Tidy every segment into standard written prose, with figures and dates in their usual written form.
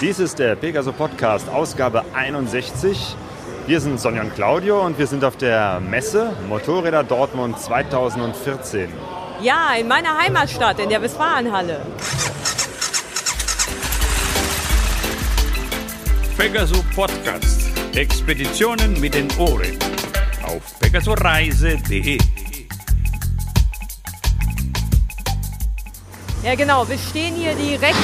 Dies ist der Pegaso Podcast, Ausgabe 61. Wir sind Sonja und Claudio und wir sind auf der Messe Motorräder Dortmund 2014. Ja, in meiner Heimatstadt, in der Westfalenhalle. Pegaso Podcast. Expeditionen mit den Ohren. Auf pegasoreise.de. Ja genau, wir stehen hier direkt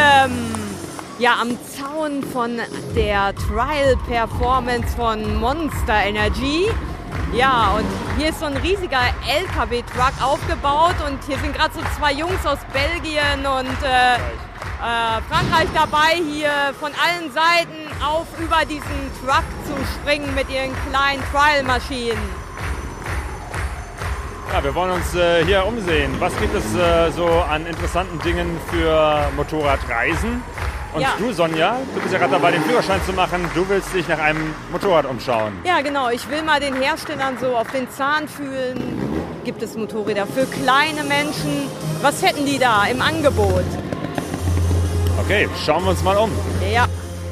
am Zaun von der Trial Performance von Monster Energy. Ja, und hier ist so ein riesiger LKW-Truck aufgebaut und hier sind gerade so zwei Jungs aus Belgien und Frankreich dabei, hier von allen Seiten über diesen Truck zu springen mit ihren kleinen Trial-Maschinen. Ja, wir wollen uns hier umsehen. Was gibt es so an interessanten Dingen für Motorradreisen? Und ja. Du, Sonja, du bist ja gerade dabei, den Führerschein zu machen. Du willst dich nach einem Motorrad umschauen. Ja, genau. Ich will mal den Herstellern so auf den Zahn fühlen. Gibt es Motorräder für kleine Menschen? Was hätten die da im Angebot? Okay, schauen wir uns mal um. Ja.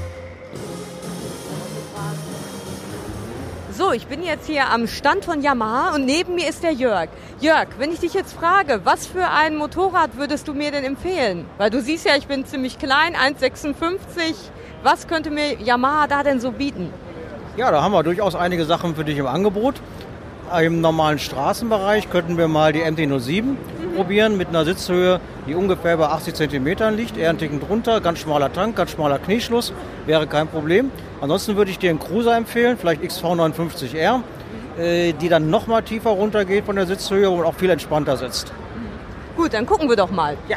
So, ich bin jetzt hier am Stand von Yamaha und neben mir ist der Jörg. Jörg, wenn ich dich jetzt frage, was für ein Motorrad würdest du mir denn empfehlen? Weil du siehst ja, ich bin ziemlich klein, 1,56. Was könnte mir Yamaha da denn so bieten? Ja, da haben wir durchaus einige Sachen für dich im Angebot. Im normalen Straßenbereich könnten wir mal die MT-07 probieren mit einer Sitzhöhe, die ungefähr bei 80 cm liegt, eher einen Ticken drunter, ganz schmaler Tank, ganz schmaler Knieschluss, wäre kein Problem. Ansonsten würde ich dir einen Cruiser empfehlen, vielleicht XV950R, die dann noch mal tiefer runter geht von der Sitzhöhe und auch viel entspannter sitzt. Gut, dann gucken wir doch mal. Ja.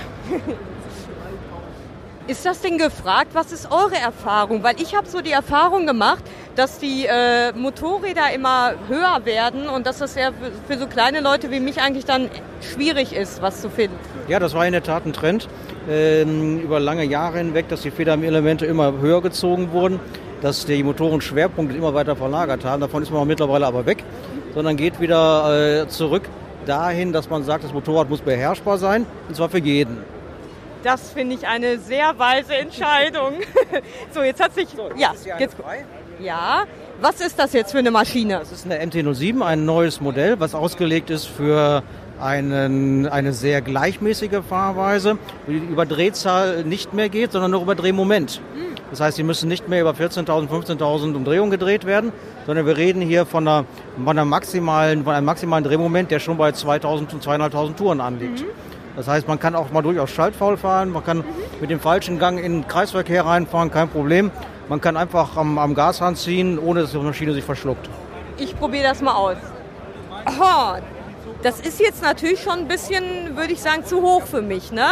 Ist das denn gefragt? Was ist eure Erfahrung? Weil ich habe so die Erfahrung gemacht, dass die Motorräder immer höher werden und dass das ja für so kleine Leute wie mich eigentlich dann schwierig ist, was zu finden. Ja, das war in der Tat ein Trend über lange Jahre hinweg, dass die Federelemente immer höher gezogen wurden, dass die Motorenschwerpunkte immer weiter verlagert haben. Davon ist man mittlerweile aber weg, sondern geht wieder zurück dahin, dass man sagt, das Motorrad muss beherrschbar sein, und zwar für jeden. Das finde ich eine sehr weise Entscheidung. So, jetzt hat sich... So, ja, ist hier eine frei. Ja, was ist das jetzt für eine Maschine? Das ist eine MT-07, ein neues Modell, was ausgelegt ist für eine sehr gleichmäßige Fahrweise, wo die Überdrehzahl nicht mehr geht, sondern nur über Drehmoment. Das heißt, sie müssen nicht mehr über 14.000, 15.000 Umdrehungen gedreht werden, sondern wir reden hier von einem maximalen Drehmoment, der schon bei 2.000 und 2.500 Touren anliegt. Das heißt, man kann auch mal durchaus schaltfaul fahren, man kann mit dem falschen Gang in den Kreisverkehr reinfahren, kein Problem. Man kann einfach am Gashahn ziehen, ohne dass die Maschine sich verschluckt. Ich probiere das mal aus. Oh, das ist jetzt natürlich schon ein bisschen, würde ich sagen, zu hoch für mich, ne?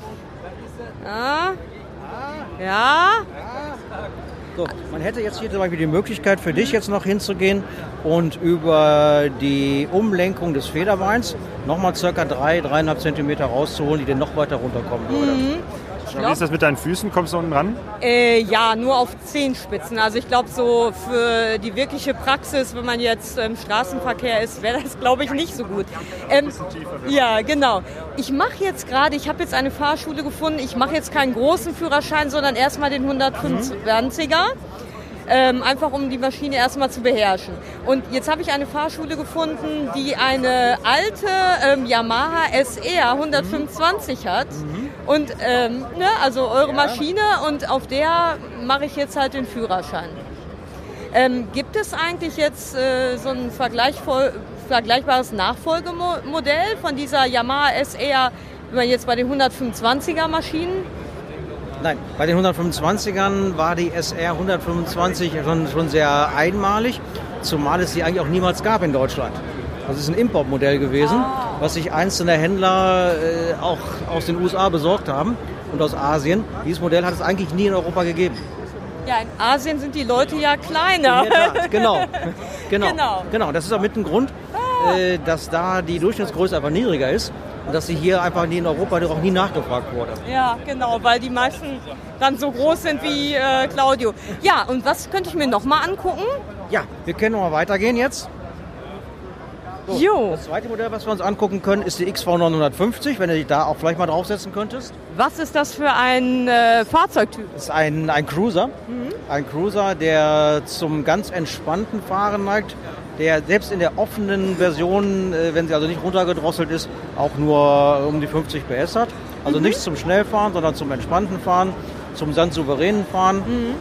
Ja. So, man hätte jetzt hier zum Beispiel die Möglichkeit für dich jetzt noch hinzugehen und über die Umlenkung des Federbeins nochmal ca. 3,5 cm rauszuholen, die dann noch weiter runterkommen würde. Wie ist das mit deinen Füßen? Kommst du unten ran? Ja, nur auf Zehenspitzen. Also ich glaube, so für die wirkliche Praxis, wenn man jetzt im Straßenverkehr ist, wäre das, glaube ich, nicht so gut. Ja, genau. Ich habe jetzt eine Fahrschule gefunden. Ich mache jetzt keinen großen Führerschein, sondern erstmal den 125er. Einfach um die Maschine erstmal zu beherrschen. Und jetzt habe ich eine Fahrschule gefunden, die eine alte Yamaha SR 125 hat. Und also eure Maschine, und auf der mache ich jetzt halt den Führerschein. Gibt es eigentlich jetzt so ein vergleichbares Nachfolgemodell von dieser Yamaha SR, wenn man jetzt bei den 125er Maschinen? Nein, bei den 125ern war die SR 125 schon sehr einmalig, zumal es sie eigentlich auch niemals gab in Deutschland. Das ist ein Importmodell gewesen, was sich einzelne Händler auch aus den USA besorgt haben und aus Asien. Dieses Modell hat es eigentlich nie in Europa gegeben. Ja, in Asien sind die Leute ja kleiner. In der Tat, genau. Das ist auch mit ein Grund, dass da die Durchschnittsgröße einfach niedriger ist. Und dass sie hier einfach in Europa auch nie nachgefragt wurde. Ja, genau, weil die meisten dann so groß sind wie Claudio. Ja, und was könnte ich mir noch mal angucken? Ja, wir können noch mal weitergehen jetzt. Jo. Das zweite Modell, was wir uns angucken können, ist die XV950, wenn du dich da auch vielleicht mal draufsetzen könntest. Was ist das für ein Fahrzeugtyp? Das ist ein Cruiser. Ein Cruiser, der zum ganz entspannten Fahren neigt, der selbst in der offenen Version, wenn sie also nicht runtergedrosselt ist, auch nur um die 50 PS hat. Also nicht zum Schnellfahren, sondern zum entspannten Fahren, zum sandsouveränen Fahren.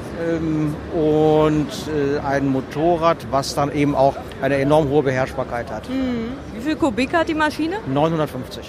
Und ein Motorrad, was dann eben auch eine enorm hohe Beherrschbarkeit hat. Wie viel Kubik hat die Maschine? 950.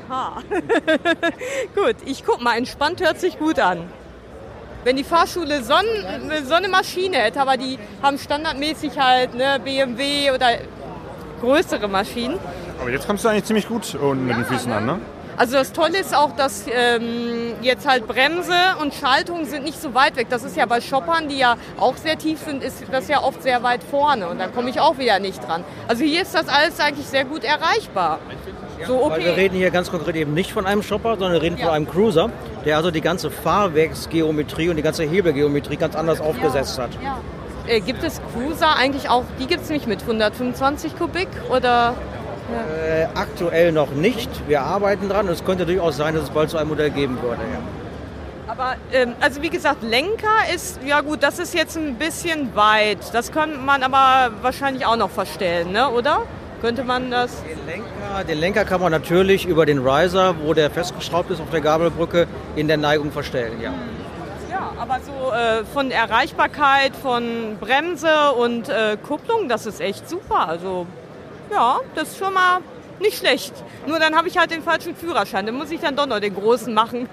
Gut, ich guck mal, entspannt hört sich gut an. Wenn die Fahrschule so eine Maschine hätte, aber die haben standardmäßig halt BMW oder größere Maschinen. Aber jetzt kommst du eigentlich ziemlich gut unten mit den Füßen an, ne? Also das Tolle ist auch, dass jetzt halt Bremse und Schaltung sind nicht so weit weg. Das ist ja bei Shoppern, die ja auch sehr tief sind, ist das ja oft sehr weit vorne und da komme ich auch wieder nicht dran. Also hier ist das alles eigentlich sehr gut erreichbar. So, okay. Weil wir reden hier ganz konkret eben nicht von einem Shopper, sondern wir reden von einem Cruiser, der also die ganze Fahrwerksgeometrie und die ganze Hebelgeometrie ganz anders aufgesetzt hat. Ja. Gibt es Cruiser eigentlich auch, die gibt es nicht mit 125 Kubik oder? Ja. Aktuell noch nicht. Wir arbeiten dran und es könnte durchaus sein, dass es bald so ein Modell geben würde. Ja. Aber also wie gesagt, Lenker ist, ja gut, das ist jetzt ein bisschen weit. Das könnte man aber wahrscheinlich auch noch verstellen, ne? Oder? Könnte man das? Den Lenker kann man natürlich über den Riser, wo der festgeschraubt ist auf der Gabelbrücke, in der Neigung verstellen, ja. Ja, aber so von Erreichbarkeit, von Bremse und Kupplung, das ist echt super. Also ja, das ist schon mal nicht schlecht. Nur dann habe ich halt den falschen Führerschein. Dann muss ich dann doch noch den großen machen.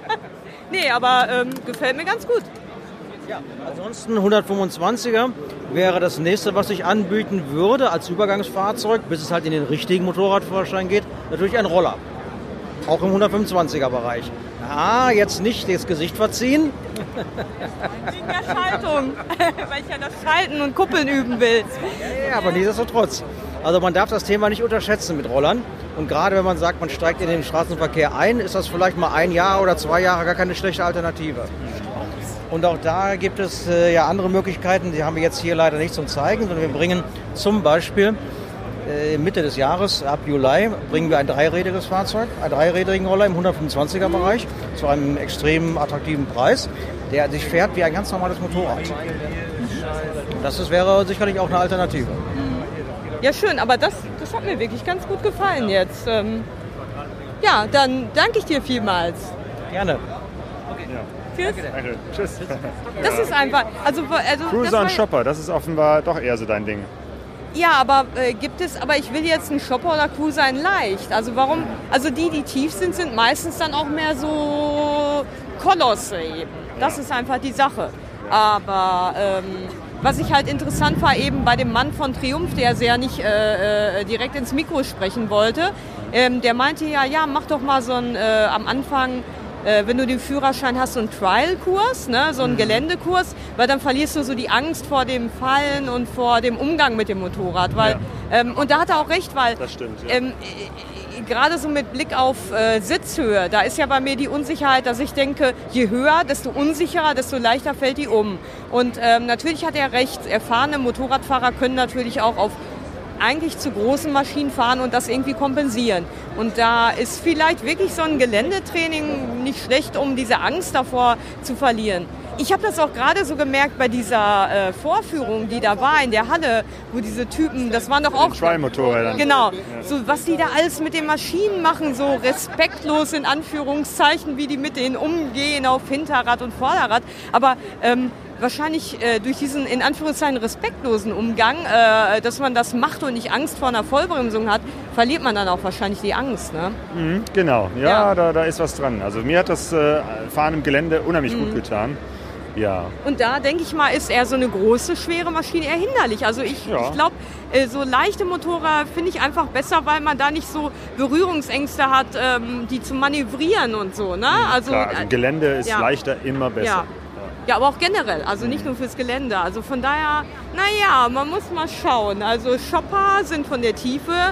Nee, aber gefällt mir ganz gut. Ja, ansonsten 125er wäre das nächste, was ich anbieten würde als Übergangsfahrzeug, bis es halt in den richtigen Motorradführerschein geht, natürlich ein Roller. Auch im 125er Bereich. Jetzt nicht das Gesicht verziehen. Wegen der Schaltung, weil ich ja das Schalten und Kuppeln üben will. Ja, aber nichtsdestotrotz. Also man darf das Thema nicht unterschätzen mit Rollern. Und gerade wenn man sagt, man steigt in den Straßenverkehr ein, ist das vielleicht mal 1 Jahr oder 2 Jahre gar keine schlechte Alternative. Und auch da gibt es ja andere Möglichkeiten, die haben wir jetzt hier leider nicht zum Zeigen, sondern wir bringen zum Beispiel Mitte des Jahres, ab Juli, bringen wir ein dreirädriges Fahrzeug, einen dreirädrigen Roller im 125er Bereich zu einem extrem attraktiven Preis, der sich fährt wie ein ganz normales Motorrad. Das wäre sicherlich auch eine Alternative. Ja, schön, aber das hat mir wirklich ganz gut gefallen jetzt. Ja, dann danke ich dir vielmals. Gerne. Tschüss. Danke. Tschüss. Das ist einfach. Also Cruiser und Shopper, das ist offenbar doch eher so dein Ding. Ja, aber aber ich will jetzt einen Shopper oder Cruiser in leicht. Also warum? Also die tief sind meistens dann auch mehr so Kolosse eben. Das ist einfach die Sache. Aber was ich halt interessant war eben bei dem Mann von Triumph, der sehr nicht direkt ins Mikro sprechen wollte, der meinte ja, mach doch mal so ein am Anfang, wenn du den Führerschein hast, so einen Trial-Kurs, ne, so einen Geländekurs, weil dann verlierst du so die Angst vor dem Fallen und vor dem Umgang mit dem Motorrad. Weil, und da hat er auch recht, weil das stimmt, ja. Gerade so mit Blick auf Sitzhöhe, da ist ja bei mir die Unsicherheit, dass ich denke, je höher, desto unsicherer, desto leichter fällt die um. Und natürlich hat er recht, erfahrene Motorradfahrer können natürlich auch auf eigentlich zu großen Maschinen fahren und das irgendwie kompensieren. Und da ist vielleicht wirklich so ein Geländetraining nicht schlecht, um diese Angst davor zu verlieren. Ich habe das auch gerade so gemerkt bei dieser Vorführung, die da war in der Halle, wo diese Typen, das waren doch auch... Trial-Motorrädern. Genau, so was die da alles mit den Maschinen machen, so respektlos in Anführungszeichen, wie die mit denen umgehen auf Hinterrad und Vorderrad. Aber wahrscheinlich durch diesen in Anführungszeichen respektlosen Umgang, dass man das macht und nicht Angst vor einer Vollbremsung hat, verliert man dann auch wahrscheinlich die Angst. Ne? Mhm, genau, ja. Da ist was dran. Also mir hat das Fahren im Gelände unheimlich gut getan. Ja. Und da, denke ich mal, ist eher so eine große, schwere Maschine eher hinderlich. Also ich glaube, so leichte Motorräder finde ich einfach besser, weil man da nicht so Berührungsängste hat, die zu manövrieren und so. Ne? Also, klar, also Gelände ist leichter immer besser. Ja, aber auch generell, also nicht nur fürs Gelände. Also von daher, man muss mal schauen. Also Shopper sind von der Tiefe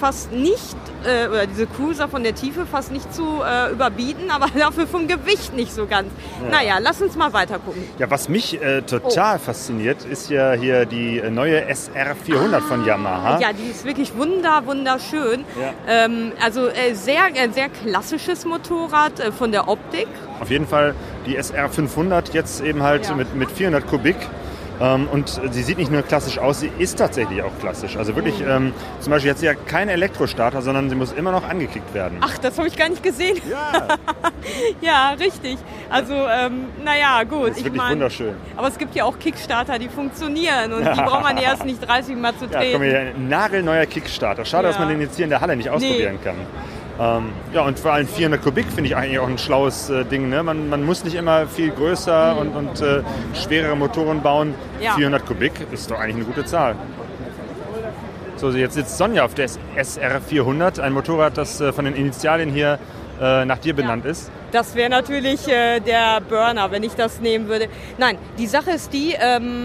fast nicht, oder diese Cruiser von der Tiefe fast nicht zu überbieten, aber dafür vom Gewicht nicht so ganz. Ja. Naja, lass uns mal weiter gucken. Ja, was mich total fasziniert, ist ja hier die neue SR400 von Yamaha. Ja, die ist wirklich wunderschön. Ja. Also sehr klassisches Motorrad von der Optik. Auf jeden Fall die SR500 jetzt eben halt mit 400 Kubik. Und sie sieht nicht nur klassisch aus, sie ist tatsächlich auch klassisch. Also wirklich, zum Beispiel hat sie ja keinen Elektrostarter, sondern sie muss immer noch angekickt werden. Ach, das habe ich gar nicht gesehen. Ja, ja, richtig. Also, naja, gut. Das ist wirklich wunderschön. Aber es gibt ja auch Kickstarter, die funktionieren und die braucht man erst nicht 30 Mal zu drehen. Ja, komm hier, ein nagelneuer Kickstarter. Schade, dass man den jetzt hier in der Halle nicht ausprobieren kann. Ja, und vor allem 400 Kubik finde ich eigentlich auch ein schlaues Ding. Ne? Man muss nicht immer viel größer und schwerere Motoren bauen. Ja. 400 Kubik ist doch eigentlich eine gute Zahl. So, jetzt sitzt Sonja auf der SR400, ein Motorrad, das von den Initialien hier nach dir benannt ist. Das wäre natürlich der Burner, wenn ich das nehmen würde. Nein, die Sache ist die...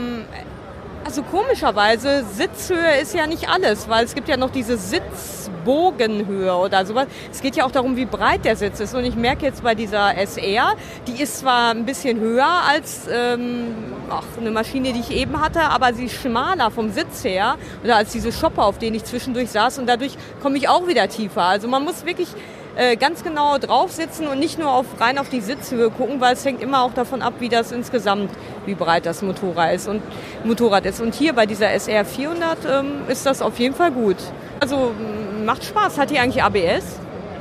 Also komischerweise, Sitzhöhe ist ja nicht alles, weil es gibt ja noch diese Sitzbogenhöhe oder sowas. Es geht ja auch darum, wie breit der Sitz ist. Und ich merke jetzt bei dieser SR, die ist zwar ein bisschen höher als eine Maschine, die ich eben hatte, aber sie ist schmaler vom Sitz her oder als diese Shopper, auf denen ich zwischendurch saß. Und dadurch komme ich auch wieder tiefer. Also man muss wirklich ganz genau drauf sitzen und nicht nur rein auf die Sitzhöhe gucken, weil es hängt immer auch davon ab, wie breit das Motorrad ist. Und hier bei dieser SR400 ist das auf jeden Fall gut. Also macht Spaß. Hat die eigentlich ABS?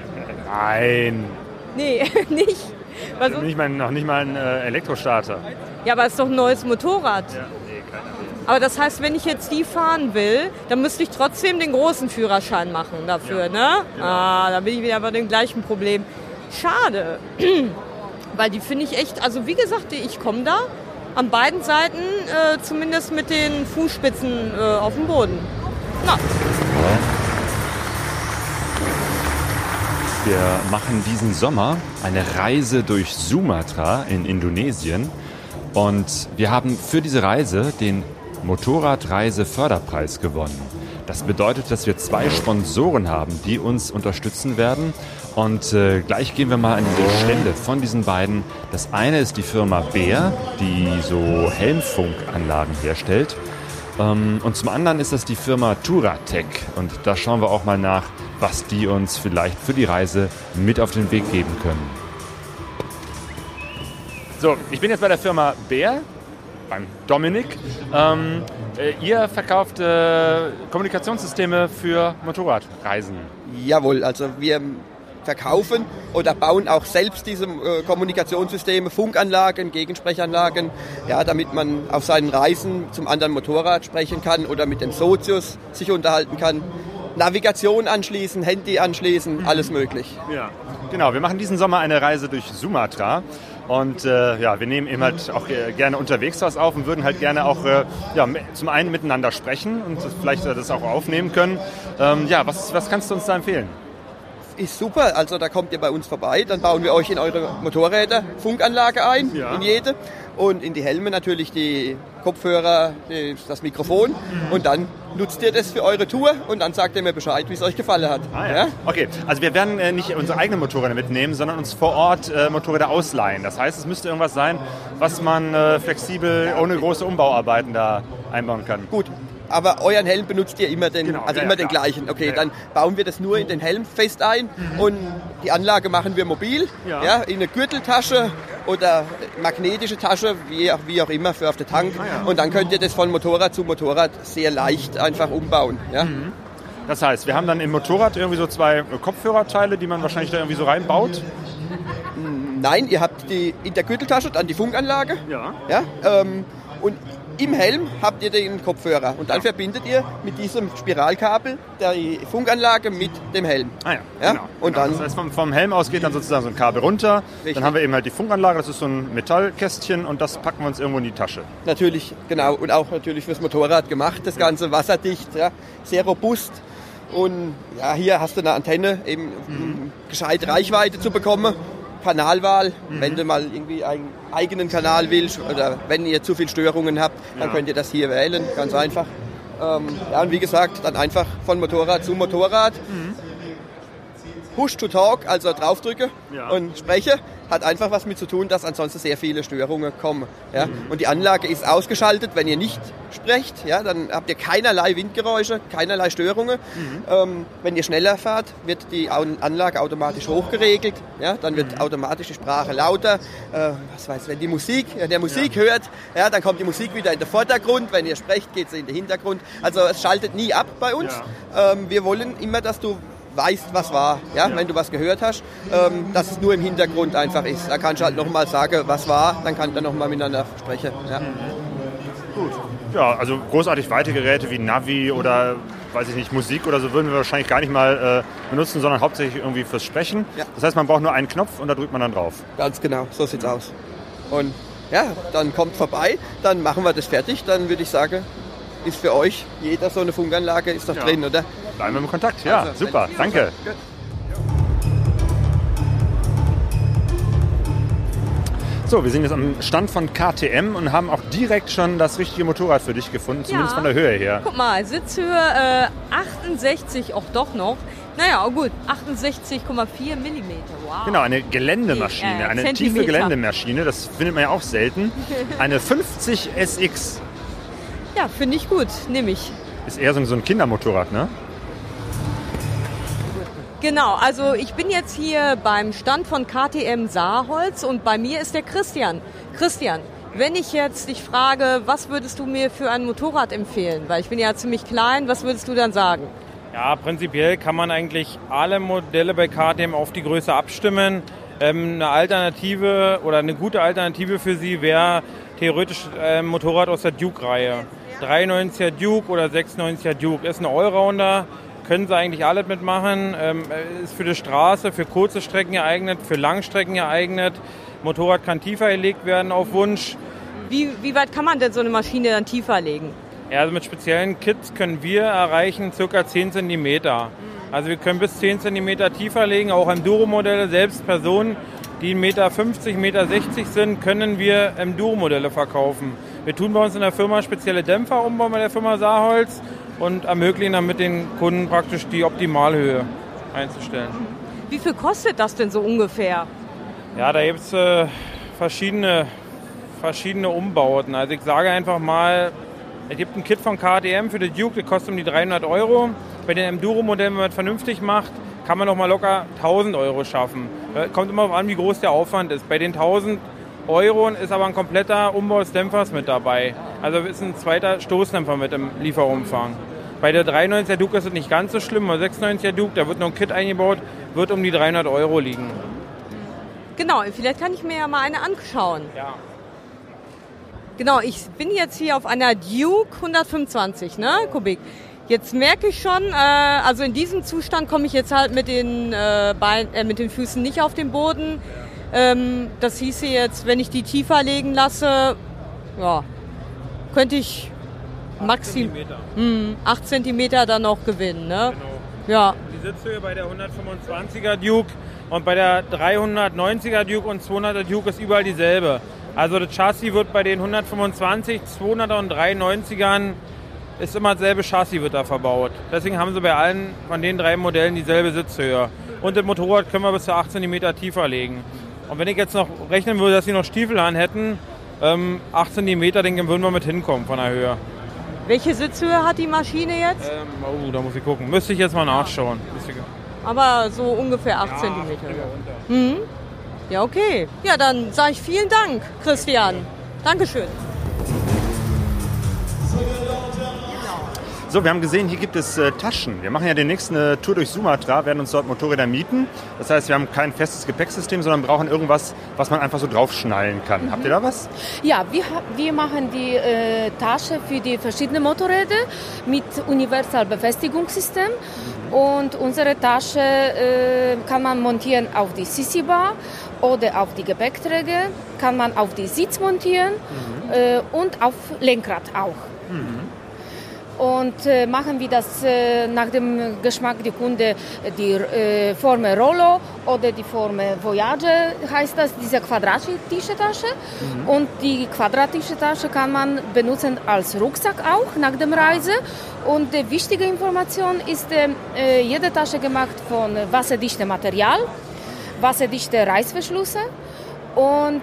Nein. Nee, nicht. Also, noch nicht mal ein Elektrostarter. Ja, aber es ist doch ein neues Motorrad. Ja. Aber das heißt, wenn ich jetzt die fahren will, dann müsste ich trotzdem den großen Führerschein machen dafür, ne? Ja. Da bin ich wieder bei dem gleichen Problem. Schade, weil die finde ich echt, also wie gesagt, ich komme da an beiden Seiten zumindest mit den Fußspitzen auf dem Boden. Na. Wir machen diesen Sommer eine Reise durch Sumatra in Indonesien und wir haben für diese Reise den Motorradreise-Förderpreis gewonnen. Das bedeutet, dass wir 2 Sponsoren haben, die uns unterstützen werden. Und gleich gehen wir mal an die Stände von diesen beiden. Das eine ist die Firma Beer, die so Helmfunkanlagen herstellt. Und zum anderen ist das die Firma Touratech. Und da schauen wir auch mal nach, was die uns vielleicht für die Reise mit auf den Weg geben können. So, ich bin jetzt bei der Firma Beer. Beim Dominik. Ihr verkauft Kommunikationssysteme für Motorradreisen. Jawohl, also wir verkaufen oder bauen auch selbst diese Kommunikationssysteme, Funkanlagen, Gegensprechanlagen, ja, damit man auf seinen Reisen zum anderen Motorrad sprechen kann oder mit den Sozius sich unterhalten kann. Navigation anschließen, Handy anschließen, alles möglich. Ja, genau. Wir machen diesen Sommer eine Reise durch Sumatra. Und wir nehmen eben halt auch gerne unterwegs was auf und würden halt gerne auch zum einen miteinander sprechen und vielleicht das auch aufnehmen können. Was kannst du uns da empfehlen? Ist super, also da kommt ihr bei uns vorbei, dann bauen wir euch in eure Motorräder Funkanlage ein, in jede. Und in die Helme natürlich die Kopfhörer, das Mikrofon. Und dann nutzt ihr das für eure Tour und dann sagt ihr mir Bescheid, wie es euch gefallen hat. Ja? Okay, also wir werden nicht unsere eigenen Motorräder mitnehmen, sondern uns vor Ort Motorräder ausleihen. Das heißt, es müsste irgendwas sein, was man flexibel ohne große Umbauarbeiten da einbauen kann. Gut. Aber euren Helm benutzt ihr immer den gleichen. Okay, dann bauen wir das nur in den Helm fest ein und die Anlage machen wir mobil, in eine Gürteltasche oder magnetische Tasche, wie auch immer, für auf den Tank. Und dann könnt ihr das von Motorrad zu Motorrad sehr leicht einfach umbauen. Ja? Das heißt, wir haben dann im Motorrad irgendwie so 2 Kopfhörerteile, die man wahrscheinlich da irgendwie so reinbaut? Nein, ihr habt in der Gürteltasche dann die Funkanlage. Und im Helm habt ihr den Kopfhörer und dann verbindet ihr mit diesem Spiralkabel die Funkanlage mit dem Helm. Genau. Und dann, das heißt, vom Helm aus geht dann sozusagen so ein Kabel runter. Richtig. Dann haben wir eben halt die Funkanlage, das ist so ein Metallkästchen und das packen wir uns irgendwo in die Tasche. Natürlich, genau. Und auch natürlich fürs Motorrad gemacht, das Ganze wasserdicht, sehr robust. Und hier hast du eine Antenne, eben gescheit Reichweite zu bekommen. Kanalwahl, wenn du mal irgendwie einen eigenen Kanal willst oder wenn ihr zu viel Störungen habt, dann könnt ihr das hier wählen, ganz einfach. Und wie gesagt, dann einfach von Motorrad zu Motorrad. Push to Talk, also draufdrücke und spreche, hat einfach was mit zu tun, dass ansonsten sehr viele Störungen kommen. Ja? Und die Anlage ist ausgeschaltet, wenn ihr nicht sprecht, ja, dann habt ihr keinerlei Windgeräusche, keinerlei Störungen. Wenn ihr schneller fahrt, wird die Anlage automatisch hochgeregelt, ja? Dann wird automatisch die Sprache lauter. Wenn die Musik hört, ja, dann kommt die Musik wieder in den Vordergrund, wenn ihr sprecht, geht sie in den Hintergrund. Also es schaltet nie ab bei uns. Wir wollen immer, dass du weißt, was war, wenn du was gehört hast, dass es nur im Hintergrund einfach ist. Da kannst du halt nochmal sagen, was war, dann kann dann nochmal miteinander sprechen. Ja. Gut. Ja, also großartig weite Geräte wie Navi oder, weiß ich nicht, Musik oder so würden wir wahrscheinlich gar nicht mal benutzen, sondern hauptsächlich irgendwie fürs Sprechen. Ja. Das heißt, man braucht nur einen Knopf und da drückt man dann drauf. Ganz genau, so sieht's aus. Und ja, dann kommt vorbei, dann machen wir das fertig, dann würde ich sagen, ist für euch jeder so eine Funkanlage, ist doch drin, oder? Bleiben wir im Kontakt, ja, also, super, danke. So, wir sind jetzt am Stand von KTM und haben auch direkt schon das richtige Motorrad für dich gefunden, zumindest von der Höhe her. Guck mal, Sitzhöhe 68, auch doch noch. Naja, gut, 68,4 mm, wow. Genau, eine Geländemaschine, eine tiefe Geländemaschine, das findet man ja auch selten. Eine 50 SX. Ja, finde ich gut, nehme ich. Ist eher so ein Kindermotorrad, ne? Genau, also ich bin jetzt hier beim Stand von KTM Saarholz und bei mir ist der Christian. Christian, wenn ich jetzt dich frage, was würdest du mir für ein Motorrad empfehlen? Weil ich bin ja ziemlich klein, was würdest du dann sagen? Ja, prinzipiell kann man eigentlich alle Modelle bei KTM auf die Größe abstimmen. Eine Alternative oder eine gute Alternative für sie wäre theoretisch ein Motorrad aus der Duke-Reihe. 390er Duke oder 690er Duke. Ist ein Allrounder, können sie eigentlich alles mitmachen. Ist für die Straße, für kurze Strecken geeignet, für Langstrecken geeignet. Motorrad kann tiefer gelegt werden auf Wunsch. Wie weit kann man denn so eine Maschine dann tiefer legen? Ja, also mit speziellen Kits können wir erreichen ca. 10 cm. Also wir können bis 10 cm tiefer legen, auch Enduro-Modelle. Selbst Personen, die 1,50 Meter, 1,60 Meter sind, können wir Enduro-Modelle verkaufen. Wir tun bei uns in der Firma spezielle Dämpfer umbauen bei der Firma Saarholz und ermöglichen damit den Kunden praktisch die Optimalhöhe einzustellen. Wie viel kostet das denn so ungefähr? Ja, da gibt es verschiedene Umbauten. Also ich sage einfach mal, es gibt ein Kit von KTM für die Duke, das kostet um die 300 €. Bei den Enduro-Modellen, wenn man es vernünftig macht, kann man noch mal locker 1.000 € schaffen. Kommt immer darauf an, wie groß der Aufwand ist. Bei den 1.000 € ist aber ein kompletter Umbau des Dämpfers mit dabei. Also ist ein zweiter Stoßdämpfer mit im Lieferumfang. Bei der 390er Duke ist es nicht ganz so schlimm, bei 690er Duke, da wird noch ein Kit eingebaut, wird um die 300 € liegen. Genau, vielleicht kann ich mir ja mal eine anschauen. Ja. Genau, ich bin jetzt hier auf einer Duke 125, ne, Kubik. Jetzt merke ich schon, also in diesem Zustand komme ich jetzt halt mit den Füßen nicht auf den Boden. Das hieße jetzt, wenn ich die tiefer legen lasse, ja, könnte ich maximal 8 cm dann noch gewinnen, ne? Genau. Ja. Die Sitzhöhe bei der 125er Duke und bei der 390er Duke und 200er Duke ist überall dieselbe. Also das Chassis wird bei den 125, 200er und 390ern ist immer dasselbe Chassis wird da verbaut. Deswegen haben sie bei allen von den 3 Modellen dieselbe Sitzhöhe. Und das Motorrad können wir bis zu 8 cm tiefer legen. Und wenn ich jetzt noch rechnen würde, dass sie noch Stiefel an hätten, 8 cm, denke würden wir mit hinkommen von der Höhe. Welche Sitzhöhe hat die Maschine jetzt? Da muss ich gucken. Müsste ich jetzt mal nachschauen. Aber so ungefähr 8 cm. Ja, okay. Ja, dann sage ich vielen Dank, Christian. Dankeschön. So, wir haben gesehen, hier gibt es Taschen. Wir machen ja demnächst eine Tour durch Sumatra, werden uns dort Motorräder mieten. Das heißt, wir haben kein festes Gepäcksystem, sondern brauchen irgendwas, was man einfach so draufschnallen kann. Habt ihr da was? Ja, wir machen die Tasche für die verschiedenen Motorräder mit Universalbefestigungssystem. Und unsere Tasche kann man montieren auf die Sissi-Bar oder auf die Gepäckträger, kann man auf die Sitz montieren und auf Lenkrad auch. und machen wir das nach dem Geschmack der Kunde, die Form Rollo oder die Form Voyage heißt das, diese quadratische Tasche. Und die quadratische Tasche kann man benutzen als Rucksack auch nach der Reise. Und die wichtige Information ist, jede Tasche gemacht von wasserdichtem Material, wasserdichte Reißverschlüsse und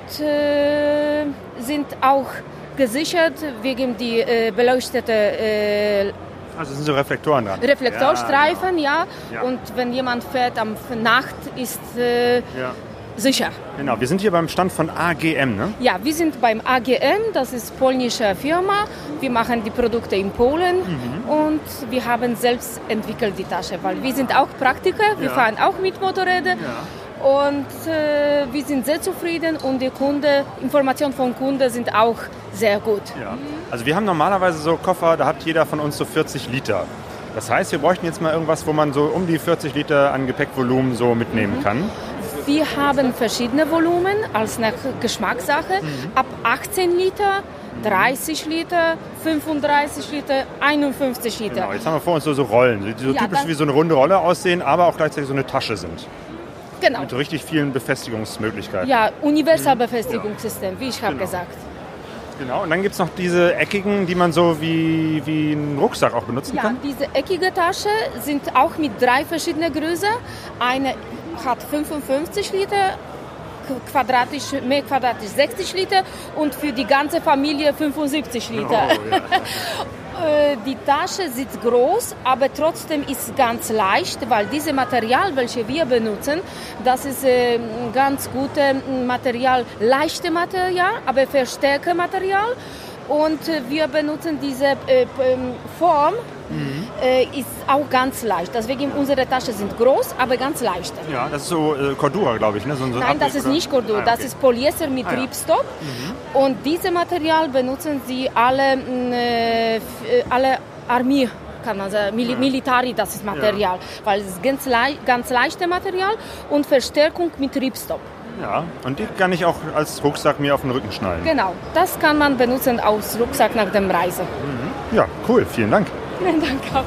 sind auch gesichert wegen die beleuchtete also sind so Reflektoren dran. Reflektorstreifen, ja. Und wenn jemand fährt am Nacht, ist sicher. Genau, wir sind hier beim Stand von AGM, ne? Ja, wir sind beim AGM, das ist polnische Firma. Wir machen die Produkte in Polen und wir haben selbst entwickelt die Tasche, weil wir sind auch Praktiker, wir fahren auch mit Motorrädern. Und wir sind sehr zufrieden und die Informationen von Kunden sind auch sehr gut. Ja. Also wir haben normalerweise so Koffer, da hat jeder von uns so 40 Liter. Das heißt, wir bräuchten jetzt mal irgendwas, wo man so um die 40 Liter an Gepäckvolumen so mitnehmen kann. Wir haben verschiedene Volumen, als nach Geschmackssache. Ab 18 Liter, 30 Liter, 35 Liter, 51 Liter. Genau, jetzt haben wir vor uns so Rollen, die so typisch wie so eine runde Rolle aussehen, aber auch gleichzeitig so eine Tasche sind. Genau. Mit richtig vielen Befestigungsmöglichkeiten. Ja, Universalbefestigungssystem, wie ich habe gesagt. Genau, und dann gibt es noch diese eckigen, die man so wie einen Rucksack auch benutzen kann. Ja, diese eckige Tasche sind auch mit 3 verschiedenen Größen. Eine hat 55 Liter, mehr quadratisch 60 Liter und für die ganze Familie 75 Liter. Oh, ja. Die Tasche sitzt groß, aber trotzdem ist ganz leicht, weil dieses Material, welches wir benutzen, das ist ganz gutes Material, leichtes Material, aber verstärktes Material. Und wir benutzen diese Form, ist auch ganz leicht. Deswegen unsere Taschen sind groß, aber ganz leicht. Ja, das ist so Cordura, glaube ich. Ne? So Nein, das ist nicht Cordura, das ist Polyester mit Ripstop. Und dieses Material benutzen sie alle Armee, kann man sagen, Militari, das ist Material, weil es ist ganz leichtes Material und Verstärkung mit Ripstop. Ja, und die kann ich auch als Rucksack mir auf den Rücken schnallen. Genau, das kann man benutzen als Rucksack nach der Reise. Ja, cool, vielen Dank. Danke auch.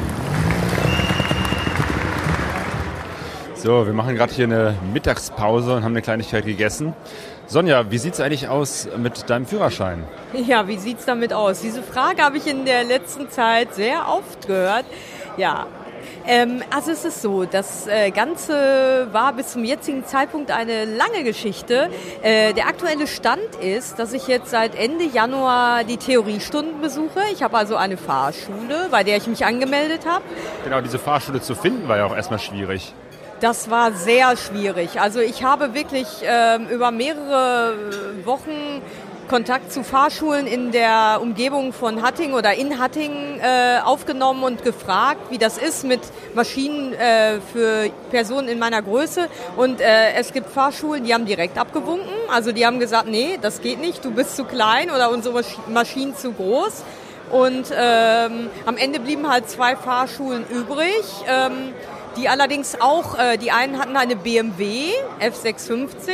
So, wir machen gerade hier eine Mittagspause und haben eine Kleinigkeit gegessen. Sonja, wie sieht es eigentlich aus mit deinem Führerschein? Ja, wie sieht es damit aus? Diese Frage habe ich in der letzten Zeit sehr oft gehört. Ja, also es ist so, das Ganze war bis zum jetzigen Zeitpunkt eine lange Geschichte. Der aktuelle Stand ist, dass ich jetzt seit Ende Januar die Theoriestunden besuche. Ich habe also eine Fahrschule, bei der ich mich angemeldet habe. Genau, diese Fahrschule zu finden war ja auch erstmal schwierig. Das war sehr schwierig. Also ich habe wirklich über mehrere Wochen Kontakt zu Fahrschulen in der Umgebung von Hattingen oder in Hattingen aufgenommen und gefragt, wie das ist mit Maschinen für Personen in meiner Größe. Und es gibt Fahrschulen, die haben direkt abgewunken. Also die haben gesagt, nee, das geht nicht, du bist zu klein oder unsere Maschinen zu groß. Und am Ende blieben halt 2 Fahrschulen übrig, die allerdings auch, die einen hatten eine BMW F650,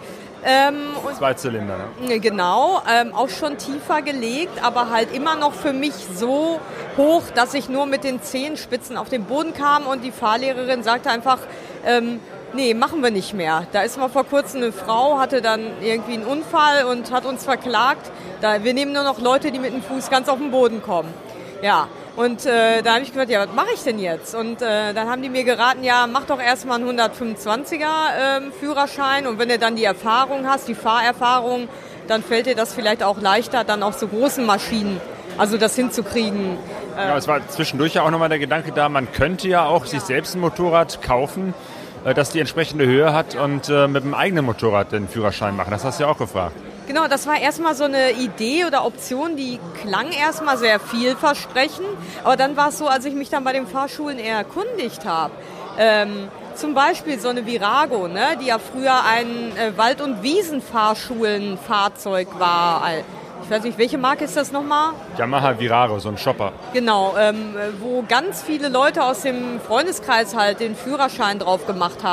2 Zylinder, ne? Genau, auch schon tiefer gelegt, aber halt immer noch für mich so hoch, dass ich nur mit den Zehenspitzen auf den Boden kam und die Fahrlehrerin sagte einfach, nee, machen wir nicht mehr. Da ist mal vor kurzem eine Frau, hatte dann irgendwie einen Unfall und hat uns verklagt. Wir nehmen nur noch Leute, die mit dem Fuß ganz auf den Boden kommen. Ja. Und da habe ich gesagt, ja, was mache ich denn jetzt? Und dann haben die mir geraten, ja, mach doch erstmal einen 125er Führerschein und wenn du dann die Erfahrung hast, die Fahrerfahrung, dann fällt dir das vielleicht auch leichter, dann auf so großen Maschinen, also das hinzukriegen. Ja, es war zwischendurch ja auch nochmal der Gedanke da, man könnte ja auch sich selbst ein Motorrad kaufen, das die entsprechende Höhe hat und mit dem eigenen Motorrad den Führerschein machen. Das hast du ja auch gefragt. Genau, das war erstmal so eine Idee oder Option, die klang erstmal sehr vielversprechend. Aber dann war es so, als ich mich dann bei den Fahrschulen eher erkundigt habe, zum Beispiel so eine Virago, ne, die ja früher ein Wald- und Wiesenfahrschulenfahrzeug war. Ich weiß nicht, welche Marke ist das nochmal? Yamaha Virago, so ein Shopper. Genau, wo ganz viele Leute aus dem Freundeskreis halt den Führerschein drauf gemacht haben.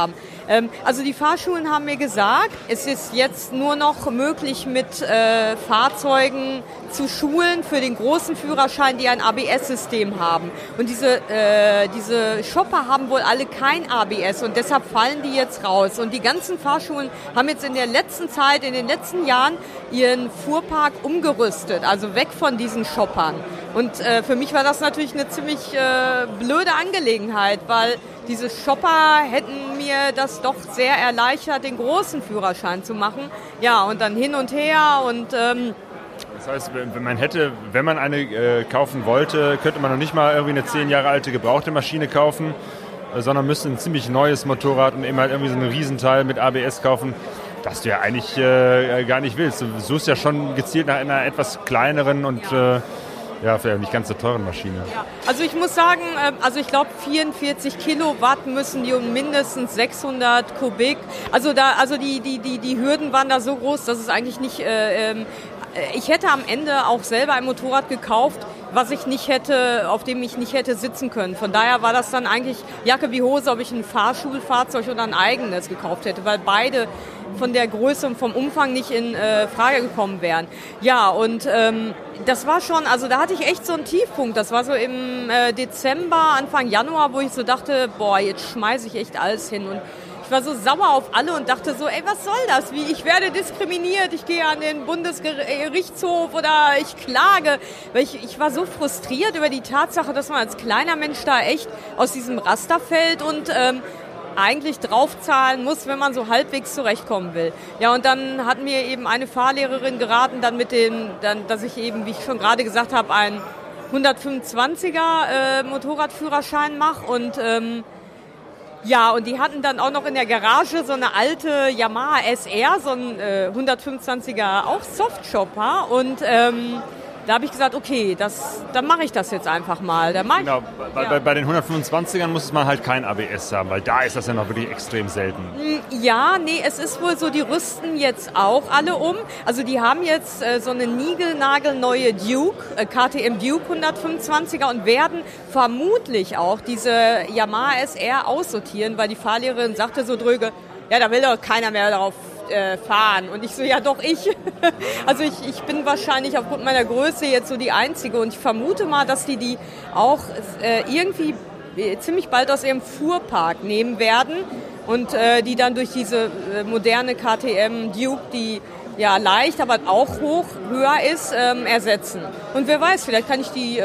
Also die Fahrschulen haben mir gesagt, es ist jetzt nur noch möglich, mit Fahrzeugen zu schulen für den großen Führerschein, die ein ABS-System haben. Und diese Shopper haben wohl alle kein ABS und deshalb fallen die jetzt raus. Und die ganzen Fahrschulen haben jetzt in der letzten Zeit, in den letzten Jahren ihren Fuhrpark umgerüstet, also weg von diesen Shoppern. Und für mich war das natürlich eine ziemlich blöde Angelegenheit, weil diese Shopper hätten mir das doch sehr erleichtert, den großen Führerschein zu machen. Ja, und dann hin und her und... Das heißt, wenn man eine kaufen wollte, könnte man noch nicht mal irgendwie eine 10 Jahre alte gebrauchte Maschine kaufen, sondern müsste ein ziemlich neues Motorrad und eben halt irgendwie so ein Riesenteil mit ABS kaufen, das du ja eigentlich gar nicht willst. Du suchst ja schon gezielt nach einer etwas kleineren und vielleicht nicht ganz so teuren Maschine. Ja. Also ich muss sagen, ich glaube 44 Kilowatt müssen die und mindestens 600 Kubik. Also die Hürden waren da so groß, dass es eigentlich nicht... ich hätte am Ende auch selber ein Motorrad gekauft, auf dem ich nicht hätte sitzen können. Von daher war das dann eigentlich Jacke wie Hose, ob ich ein Fahrschulfahrzeug oder ein eigenes gekauft hätte, weil beide von der Größe und vom Umfang nicht in Frage gekommen wären. Ja, und das war schon, also da hatte ich echt so einen Tiefpunkt. Das war so im Dezember, Anfang Januar, wo ich so dachte, jetzt schmeiße ich echt alles hin. Und ich war so sauer auf alle und dachte so, was soll das? Ich werde diskriminiert, ich gehe an den Bundesgerichtshof oder ich klage. Weil ich war so frustriert über die Tatsache, dass man als kleiner Mensch da echt aus diesem Raster fällt und eigentlich draufzahlen muss, wenn man so halbwegs zurechtkommen will. Ja, und dann hat mir eben eine Fahrlehrerin geraten, dass ich eben, wie ich schon gerade gesagt habe, einen 125er Motorradführerschein mache und und die hatten dann auch noch in der Garage so eine alte Yamaha SR, so ein 125er auch Softshopper und da habe ich gesagt, okay, dann mache ich das jetzt einfach mal. Genau, bei den 125ern muss man halt kein ABS haben, weil da ist das ja noch wirklich extrem selten. Ja, nee, es ist wohl so, die rüsten jetzt auch alle um. Also die haben jetzt so eine niegelnagelneue Duke, KTM Duke 125er und werden vermutlich auch diese Yamaha SR aussortieren, weil die Fahrlehrerin sagte so dröge, ja, da will doch keiner mehr darauf fahren. Und ich so, ja doch, ich. Also ich bin wahrscheinlich aufgrund meiner Größe jetzt so die Einzige und ich vermute mal, dass die auch irgendwie ziemlich bald aus ihrem Fuhrpark nehmen werden und die dann durch diese moderne KTM Duke, die ja leicht, aber auch höher ist, ersetzen. Und wer weiß, vielleicht kann ich die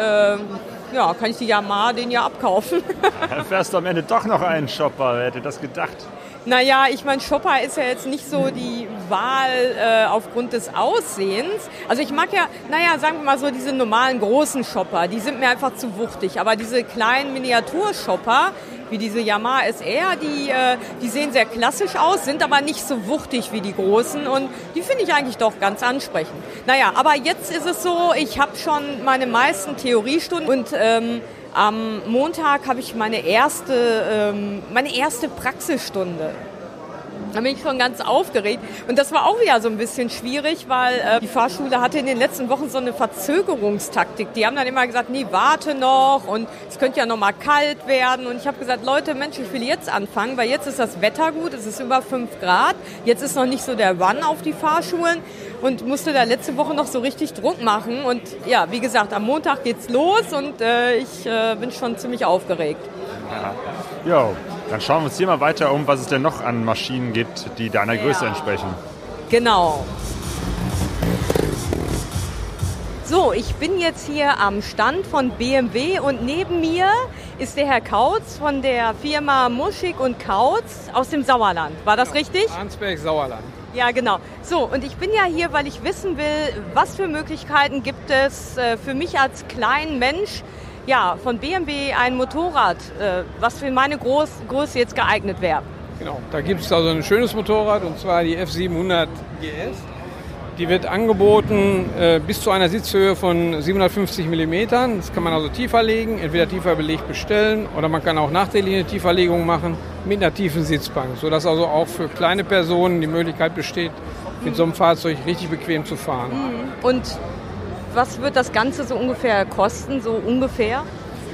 Yamaha den ja abkaufen. Dann fährst du am Ende doch noch einen Shopper, wer hätte das gedacht? Naja, ich meine, Shopper ist ja jetzt nicht so die Wahl aufgrund des Aussehens. Also ich mag ja, sagen wir mal so, diese normalen großen Shopper, die sind mir einfach zu wuchtig. Aber diese kleinen Miniaturshopper, wie diese Yamaha SR, die sehen sehr klassisch aus, sind aber nicht so wuchtig wie die großen und die finde ich eigentlich doch ganz ansprechend. Naja, aber jetzt ist es so, ich habe schon meine meisten Theoriestunden und am Montag habe ich meine erste Praxisstunde. Da bin ich schon ganz aufgeregt. Und das war auch wieder so ein bisschen schwierig, weil die Fahrschule hatte in den letzten Wochen so eine Verzögerungstaktik. Die haben dann immer gesagt, nee, warte noch und es könnte ja noch mal kalt werden. Und ich habe gesagt, Leute, Mensch, ich will jetzt anfangen, weil jetzt ist das Wetter gut, es ist über 5 Grad. Jetzt ist noch nicht so der Run auf die Fahrschulen und musste da letzte Woche noch so richtig Druck machen. Und ja, wie gesagt, am Montag geht's los und ich bin schon ziemlich aufgeregt. Ja. Jo. Dann schauen wir uns hier mal weiter um, was es denn noch an Maschinen gibt, die deiner Größe entsprechen. Genau. So, ich bin jetzt hier am Stand von BMW und neben mir ist der Herr Kautz von der Firma Muschig und Kautz aus dem Sauerland. War das richtig? Arnsberg, Sauerland. Ja, genau. So, und ich bin ja hier, weil ich wissen will, was für Möglichkeiten gibt es für mich als kleinen Mensch, ja, von BMW ein Motorrad, was für meine Größe jetzt geeignet wäre. Genau, da gibt es also ein schönes Motorrad und zwar die F700 GS. Die wird angeboten bis zu einer Sitzhöhe von 750 mm. Das kann man also tiefer legen, entweder tiefer belegt bestellen oder man kann auch nachträglich eine Tieferlegung machen mit einer tiefen Sitzbank, sodass also auch für kleine Personen die Möglichkeit besteht, mit so einem Fahrzeug richtig bequem zu fahren. Und was wird das Ganze so ungefähr kosten, so ungefähr?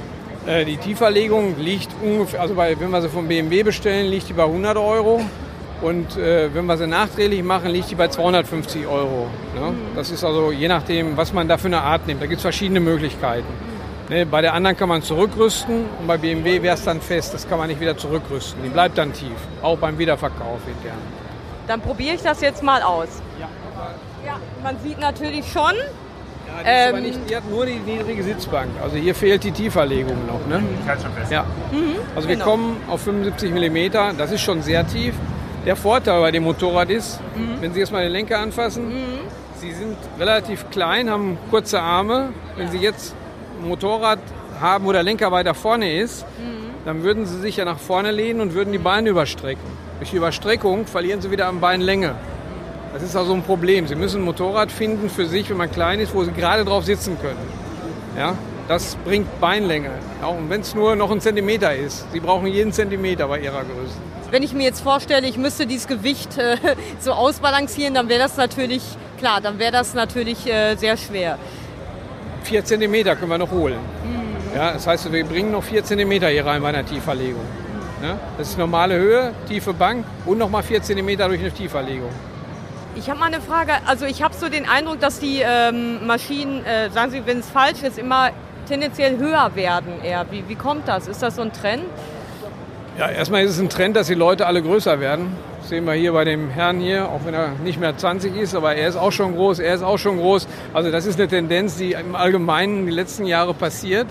Die Tieferlegung liegt ungefähr, also wenn wir sie vom BMW bestellen, liegt die bei 100 €. Und wenn wir sie nachträglich machen, liegt die bei 250 €. Ne? Das ist also je nachdem, was man da für eine Art nimmt. Da gibt es verschiedene Möglichkeiten. Ne? Bei der anderen kann man zurückrüsten und bei BMW wäre es dann fest. Das kann man nicht wieder zurückrüsten. Die bleibt dann tief, auch beim Wiederverkauf intern. Dann probiere ich das jetzt mal aus. Ja, man sieht natürlich schon. Ja, die hat nur die niedrige Sitzbank. Also hier fehlt die Tieferlegung noch. Ne? Ich halte schon fest. Ja. Also wir kommen auf 75 mm. Das ist schon sehr tief. Der Vorteil bei dem Motorrad ist, wenn Sie jetzt mal den Lenker anfassen, Sie sind relativ klein, haben kurze Arme. Wenn Sie jetzt ein Motorrad haben, wo der Lenker weiter vorne ist, dann würden Sie sich ja nach vorne lehnen und würden die Beine überstrecken. Durch die Überstreckung verlieren Sie wieder an Beinlänge. Das ist also ein Problem. Sie müssen ein Motorrad finden für sich, wenn man klein ist, wo Sie gerade drauf sitzen können. Ja? Das bringt Beinlänge. Auch wenn es nur noch 1 Zentimeter ist. Sie brauchen jeden Zentimeter bei Ihrer Größe. Wenn ich mir jetzt vorstelle, ich müsste dieses Gewicht so ausbalancieren, dann wäre das natürlich, klar, sehr schwer. 4 Zentimeter können wir noch holen. Ja, das heißt, wir bringen noch 4 Zentimeter hier rein bei einer Tieferlegung. Ja, das ist normale Höhe, tiefe Bank und nochmal 4 Zentimeter durch eine Tieferlegung. Ich habe mal eine Frage. Also ich habe so den Eindruck, dass die Maschinen, sagen Sie, wenn es falsch ist, immer tendenziell höher werden eher. Wie kommt das? Ist das so ein Trend? Ja, erstmal ist es ein Trend, dass die Leute alle größer werden. Das sehen wir hier bei dem Herrn hier, auch wenn er nicht mehr 20 ist, aber er ist auch schon groß, er ist auch schon groß. Also das ist eine Tendenz, die im Allgemeinen die letzten Jahre passiert.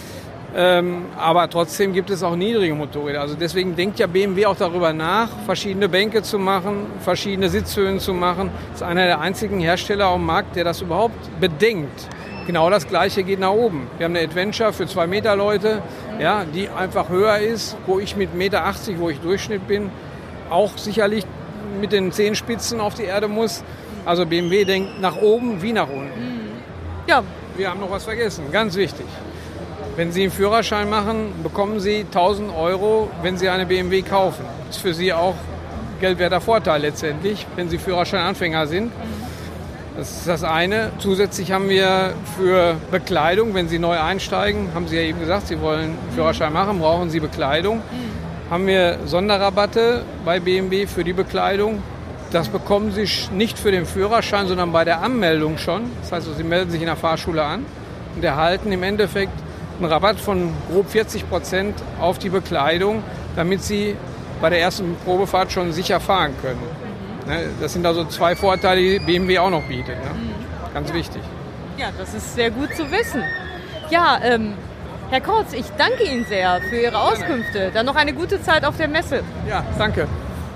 Aber trotzdem gibt es auch niedrige Motorräder. Also deswegen denkt ja BMW auch darüber nach, verschiedene Bänke zu machen, verschiedene Sitzhöhen zu machen. Das ist einer der einzigen Hersteller am Markt, der das überhaupt bedenkt. Genau das Gleiche geht nach oben. Wir haben eine Adventure für 2 Meter Leute, ja, die einfach höher ist, wo ich mit 1,80 Meter, wo ich Durchschnitt bin, auch sicherlich mit den Zehenspitzen auf die Erde muss. Also BMW denkt nach oben wie nach unten. Ja, wir haben noch was vergessen, ganz wichtig. Wenn Sie einen Führerschein machen, bekommen Sie 1.000 €, wenn Sie eine BMW kaufen. Das ist für Sie auch geldwerter Vorteil letztendlich, wenn Sie Führerscheinanfänger sind. Das ist das eine. Zusätzlich haben wir für Bekleidung, wenn Sie neu einsteigen, haben Sie ja eben gesagt, Sie wollen einen Führerschein machen, brauchen Sie Bekleidung. Haben wir Sonderrabatte bei BMW für die Bekleidung. Das bekommen Sie nicht für den Führerschein, sondern bei der Anmeldung schon. Das heißt, Sie melden sich in der Fahrschule an und erhalten im Endeffekt einen Rabatt von grob 40% auf die Bekleidung, damit Sie bei der ersten Probefahrt schon sicher fahren können. Das sind also 2 Vorteile, die BMW auch noch bietet. Ganz wichtig. Ja, das ist sehr gut zu wissen. Ja, Herr Kautz, ich danke Ihnen sehr für Ihre Auskünfte. Dann noch eine gute Zeit auf der Messe. Ja, danke.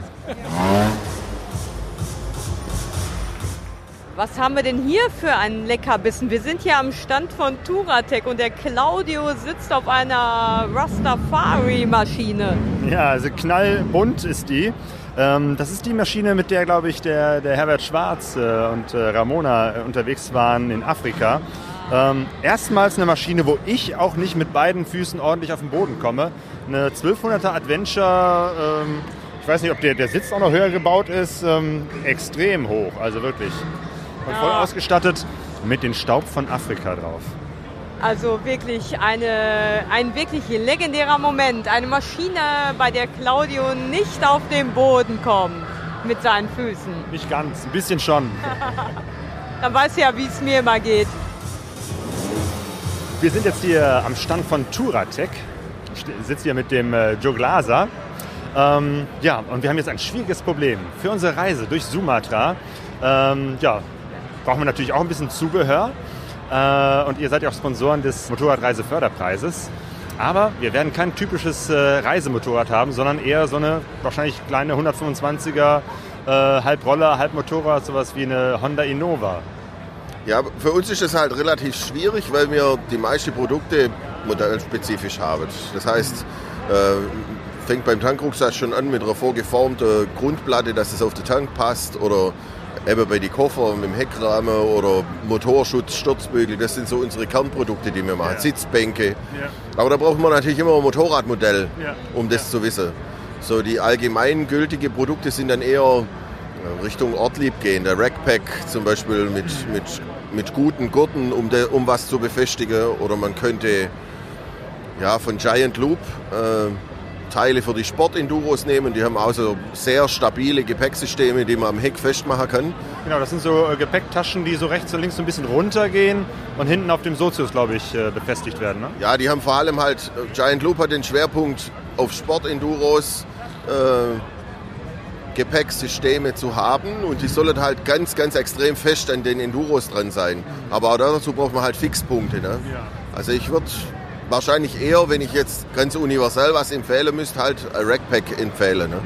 Was haben wir denn hier für einen Leckerbissen? Wir sind hier am Stand von Touratech und der Claudio sitzt auf einer Rastafari-Maschine. Ja, also knallbunt ist die. Das ist die Maschine, mit der, glaube ich, der Herbert Schwarz und Ramona unterwegs waren in Afrika. Erstmals eine Maschine, wo ich auch nicht mit beiden Füßen ordentlich auf den Boden komme. Eine 1200er Adventure, ich weiß nicht, ob der Sitz auch noch höher gebaut ist, extrem hoch, also wirklich. Und voll ausgestattet mit dem Staub von Afrika drauf. Also wirklich ein wirklich legendärer Moment. Eine Maschine, bei der Claudio nicht auf den Boden kommt mit seinen Füßen. Nicht ganz, ein bisschen schon. Dann weißt du ja, wie es mir immer geht. Wir sind jetzt hier am Stand von Touratech. Ich sitze hier mit dem Joe Glaser. Ja, und wir haben jetzt ein schwieriges Problem. Für unsere Reise durch Sumatra brauchen wir natürlich auch ein bisschen Zubehör. Und ihr seid ja auch Sponsoren des Motorradreiseförderpreises. Aber wir werden kein typisches Reisemotorrad haben, sondern eher so eine wahrscheinlich kleine 125er, halb Roller, halb Motorrad, sowas wie eine Honda Innova. Ja, für uns ist das halt relativ schwierig, weil wir die meisten Produkte modellspezifisch haben. Das heißt, fängt beim Tankrucksack schon an mit einer vorgeformten Grundplatte, dass es auf den Tank passt, oder eben bei den Koffer mit dem Heckrahmen oder Motorschutz, Sturzbügel, das sind so unsere Kernprodukte, die wir machen, Sitzbänke. Ja. Aber da brauchen wir natürlich immer ein Motorradmodell, um das zu wissen. So die allgemein gültigen Produkte sind dann eher Richtung Ortlieb gehen. Der Rackpack zum Beispiel mit guten Gurten, um was zu befestigen. Oder man könnte von Giant Loop Teile für die Sport-Enduros nehmen. Die haben auch so sehr stabile Gepäcksysteme, die man am Heck festmachen kann. Genau, das sind so Gepäcktaschen, die so rechts und links so ein bisschen runtergehen und hinten auf dem Sozius, glaube ich, befestigt werden. Ne? Ja, die haben vor allem halt, Giant Loop hat den Schwerpunkt auf Sport-Enduros, Gepäcksysteme zu haben und die sollen halt ganz, ganz extrem fest an den Enduros dran sein. Aber auch dazu braucht man halt Fixpunkte. Ne? Ja. Also ich würde wahrscheinlich eher, wenn ich jetzt ganz universell was empfehlen müsste, halt ein Rackpack empfehlen. Ne?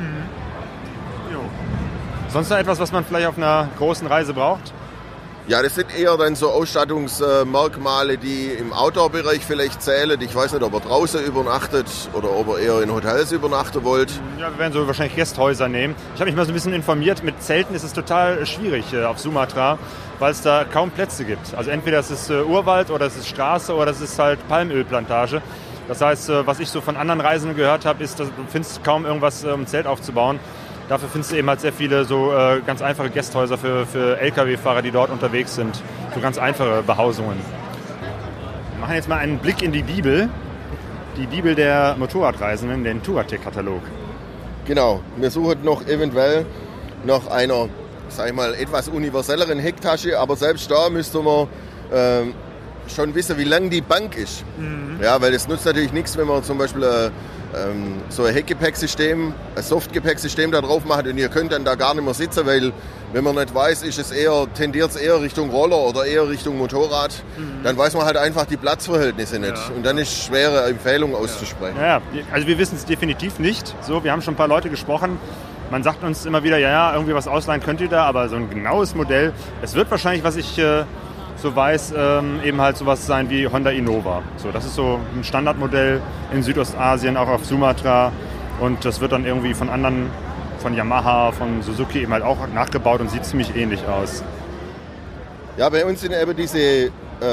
Sonst noch etwas, was man vielleicht auf einer großen Reise braucht? Ja, das sind eher dann so Ausstattungsmerkmale, die im Outdoor-Bereich vielleicht zählen. Ich weiß nicht, ob ihr draußen übernachtet oder ob ihr eher in Hotels übernachten wollt. Ja, wir werden so wahrscheinlich Gästhäuser nehmen. Ich habe mich mal so ein bisschen informiert. Mit Zelten ist es total schwierig auf Sumatra, weil es da kaum Plätze gibt. Also entweder es ist Urwald oder es ist Straße oder es ist halt Palmölplantage. Das heißt, was ich so von anderen Reisenden gehört habe, ist, dass du findest kaum irgendwas, um ein Zelt aufzubauen. Dafür findest du eben halt sehr viele so ganz einfache Gästhäuser für Lkw-Fahrer, die dort unterwegs sind. So ganz einfache Behausungen. Wir machen jetzt mal einen Blick in die Bibel. Die Bibel der Motorradreisenden, den Touratech-Katalog. Genau, wir suchen noch eventuell nach einer, sag ich mal, etwas universelleren Hecktasche, aber selbst da müsste man schon wissen, wie lang die Bank ist. Mhm. Ja, weil es nutzt natürlich nichts, wenn man zum Beispiel so ein Heckgepäcksystem, ein Softgepäcksystem da drauf macht und ihr könnt dann da gar nicht mehr sitzen, weil wenn man nicht weiß, tendiert es eher Richtung Roller oder eher Richtung Motorrad, dann weiß man halt einfach die Platzverhältnisse nicht. Ja. Und dann ist es schwere Empfehlungen auszusprechen. Ja, also wir wissen es definitiv nicht. So, wir haben schon ein paar Leute gesprochen. Man sagt uns immer wieder, ja, irgendwie was ausleihen könnt ihr da, aber so ein genaues Modell, es wird wahrscheinlich, was ich so weiß, eben halt sowas sein wie Honda Innova. So, das ist so ein Standardmodell in Südostasien, auch auf Sumatra. Und das wird dann irgendwie von anderen, von Yamaha, von Suzuki eben halt auch nachgebaut und sieht ziemlich ähnlich aus. Ja, bei uns sind eben diese,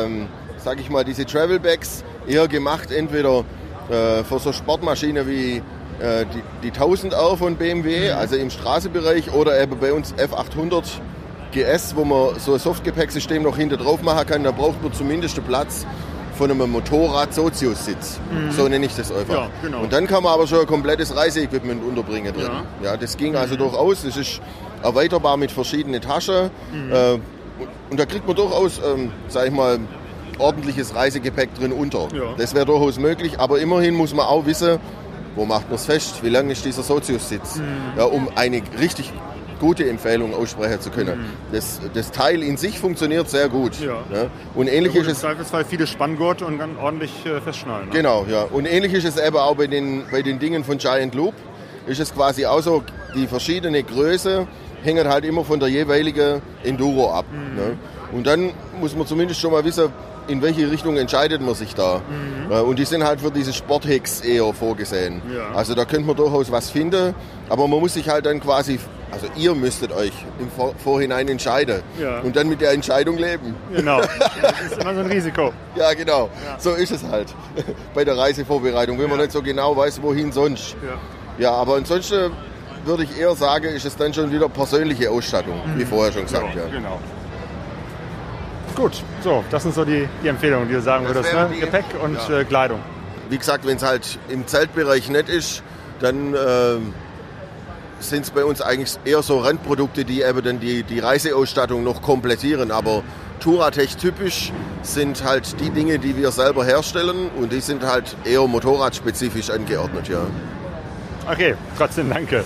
diese Travelbags eher gemacht, entweder für so Sportmaschinen wie die 1000R von BMW, also im Straßenbereich, oder eben bei uns F800 GS, wo man so ein Softgepäcksystem noch hinter drauf machen kann, da braucht man zumindest den Platz von einem Motorrad-Sozius-Sitz. So nenne ich das einfach. Ja, genau. Und dann kann man aber schon ein komplettes Reiseequipment unterbringen drin. Ja, das ging also durchaus. Das ist erweiterbar mit verschiedenen Taschen. Und da kriegt man durchaus, ordentliches Reisegepäck drin unter. Ja. Das wäre durchaus möglich, aber immerhin muss man auch wissen, wo macht man es fest, wie lang ist dieser Sozius-Sitz, um eine richtig gute Empfehlung aussprechen zu können. Das Teil in sich funktioniert sehr gut. Ja. Ja. Und ähnlich ist es. Im Zweifelsfall viele Spanngurte und dann ordentlich festschnallen. Ne? Genau, ja. Und ähnlich ist es eben auch bei den Dingen von Giant Loop. Ist es quasi auch so, die verschiedene Größe hängen halt immer von der jeweiligen Enduro ab. Ne? Und dann muss man zumindest schon mal wissen, in welche Richtung entscheidet man sich da. Und die sind halt für diese Sporthecks eher vorgesehen. Ja. Also da könnte man durchaus was finden, aber man muss sich halt dann quasi, also ihr müsstet euch im Vorhinein entscheiden und dann mit der Entscheidung leben. Genau, das ist immer so ein Risiko. Ja, genau, so ist es halt bei der Reisevorbereitung, wenn man nicht so genau weiß, wohin sonst. Ja, aber ansonsten würde ich eher sagen, ist es dann schon wieder persönliche Ausstattung, wie vorher schon gesagt. Ja. Genau. Gut, so, das sind so die Empfehlungen, die du sagen würdest, ne? Gepäck und Kleidung. Wie gesagt, wenn es halt im Zeltbereich nicht ist, dann sind es bei uns eigentlich eher so Randprodukte, die eben dann die Reiseausstattung noch komplettieren. Aber Touratech typisch sind halt die Dinge, die wir selber herstellen und die sind halt eher motorradspezifisch angeordnet. Ja. Okay, trotzdem danke.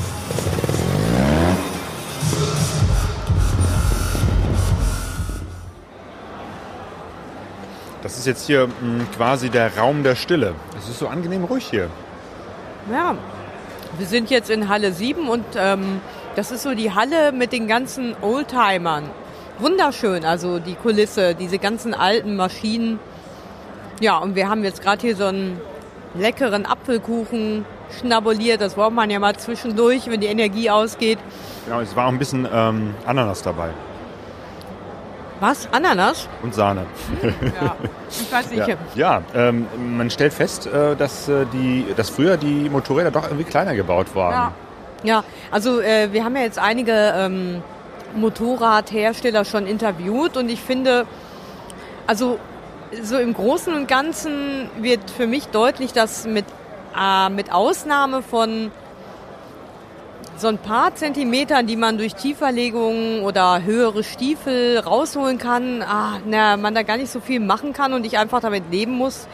Das ist jetzt hier quasi der Raum der Stille. Es ist so angenehm ruhig hier. Ja, wir sind jetzt in Halle 7 und das ist so die Halle mit den ganzen Oldtimern. Wunderschön, also die Kulisse, diese ganzen alten Maschinen. Ja, und wir haben jetzt gerade hier so einen leckeren Apfelkuchen schnabuliert. Das braucht man ja mal zwischendurch, wenn die Energie ausgeht. Genau, es war auch ein bisschen Ananas dabei. Was? Ananas? Und Sahne. Ja, ich weiß nicht. Ja, man stellt fest, dass früher die Motorräder doch irgendwie kleiner gebaut waren. Ja, also wir haben ja jetzt einige Motorradhersteller schon interviewt und ich finde, also so im Großen und Ganzen wird für mich deutlich, dass mit Ausnahme von so ein paar Zentimetern, die man durch Tieferlegungen oder höhere Stiefel rausholen kann, man da gar nicht so viel machen kann und ich einfach damit leben muss,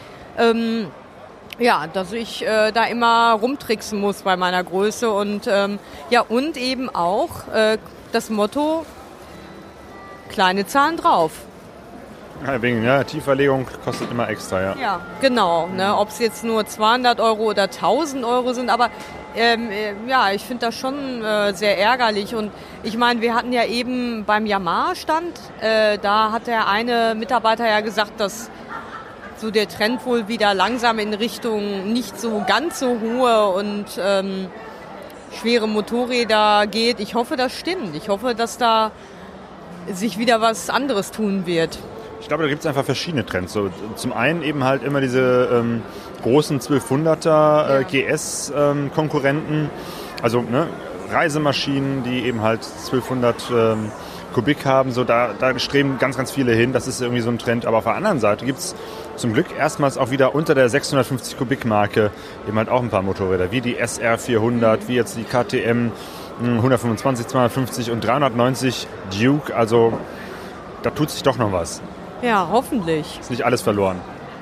dass ich da immer rumtricksen muss bei meiner Größe und und eben auch das Motto, kleine Zahlen drauf. Wegen Tieferlegung kostet immer extra, ja. Ja, genau. Ne, ob es jetzt nur 200 € oder 1.000 € sind, aber ich finde das schon sehr ärgerlich. Und ich meine, wir hatten ja eben beim Yamaha-Stand, da hat der eine Mitarbeiter ja gesagt, dass so der Trend wohl wieder langsam in Richtung nicht so ganz so hohe und schwere Motorräder geht. Ich hoffe, das stimmt. Ich hoffe, dass da sich wieder was anderes tun wird. Ich glaube, da gibt es einfach verschiedene Trends. So, zum einen eben halt immer diese großen 1200er GS-Konkurrenten, also Reisemaschinen, die eben halt 1200 Kubik haben. So, da streben ganz, ganz viele hin. Das ist irgendwie so ein Trend. Aber auf der anderen Seite gibt es zum Glück erstmals auch wieder unter der 650 Kubik-Marke eben halt auch ein paar Motorräder, wie die SR 400, wie jetzt die KTM 125, 250 und 390 Duke. Also da tut sich doch noch was. Ja, hoffentlich. Ist nicht alles verloren.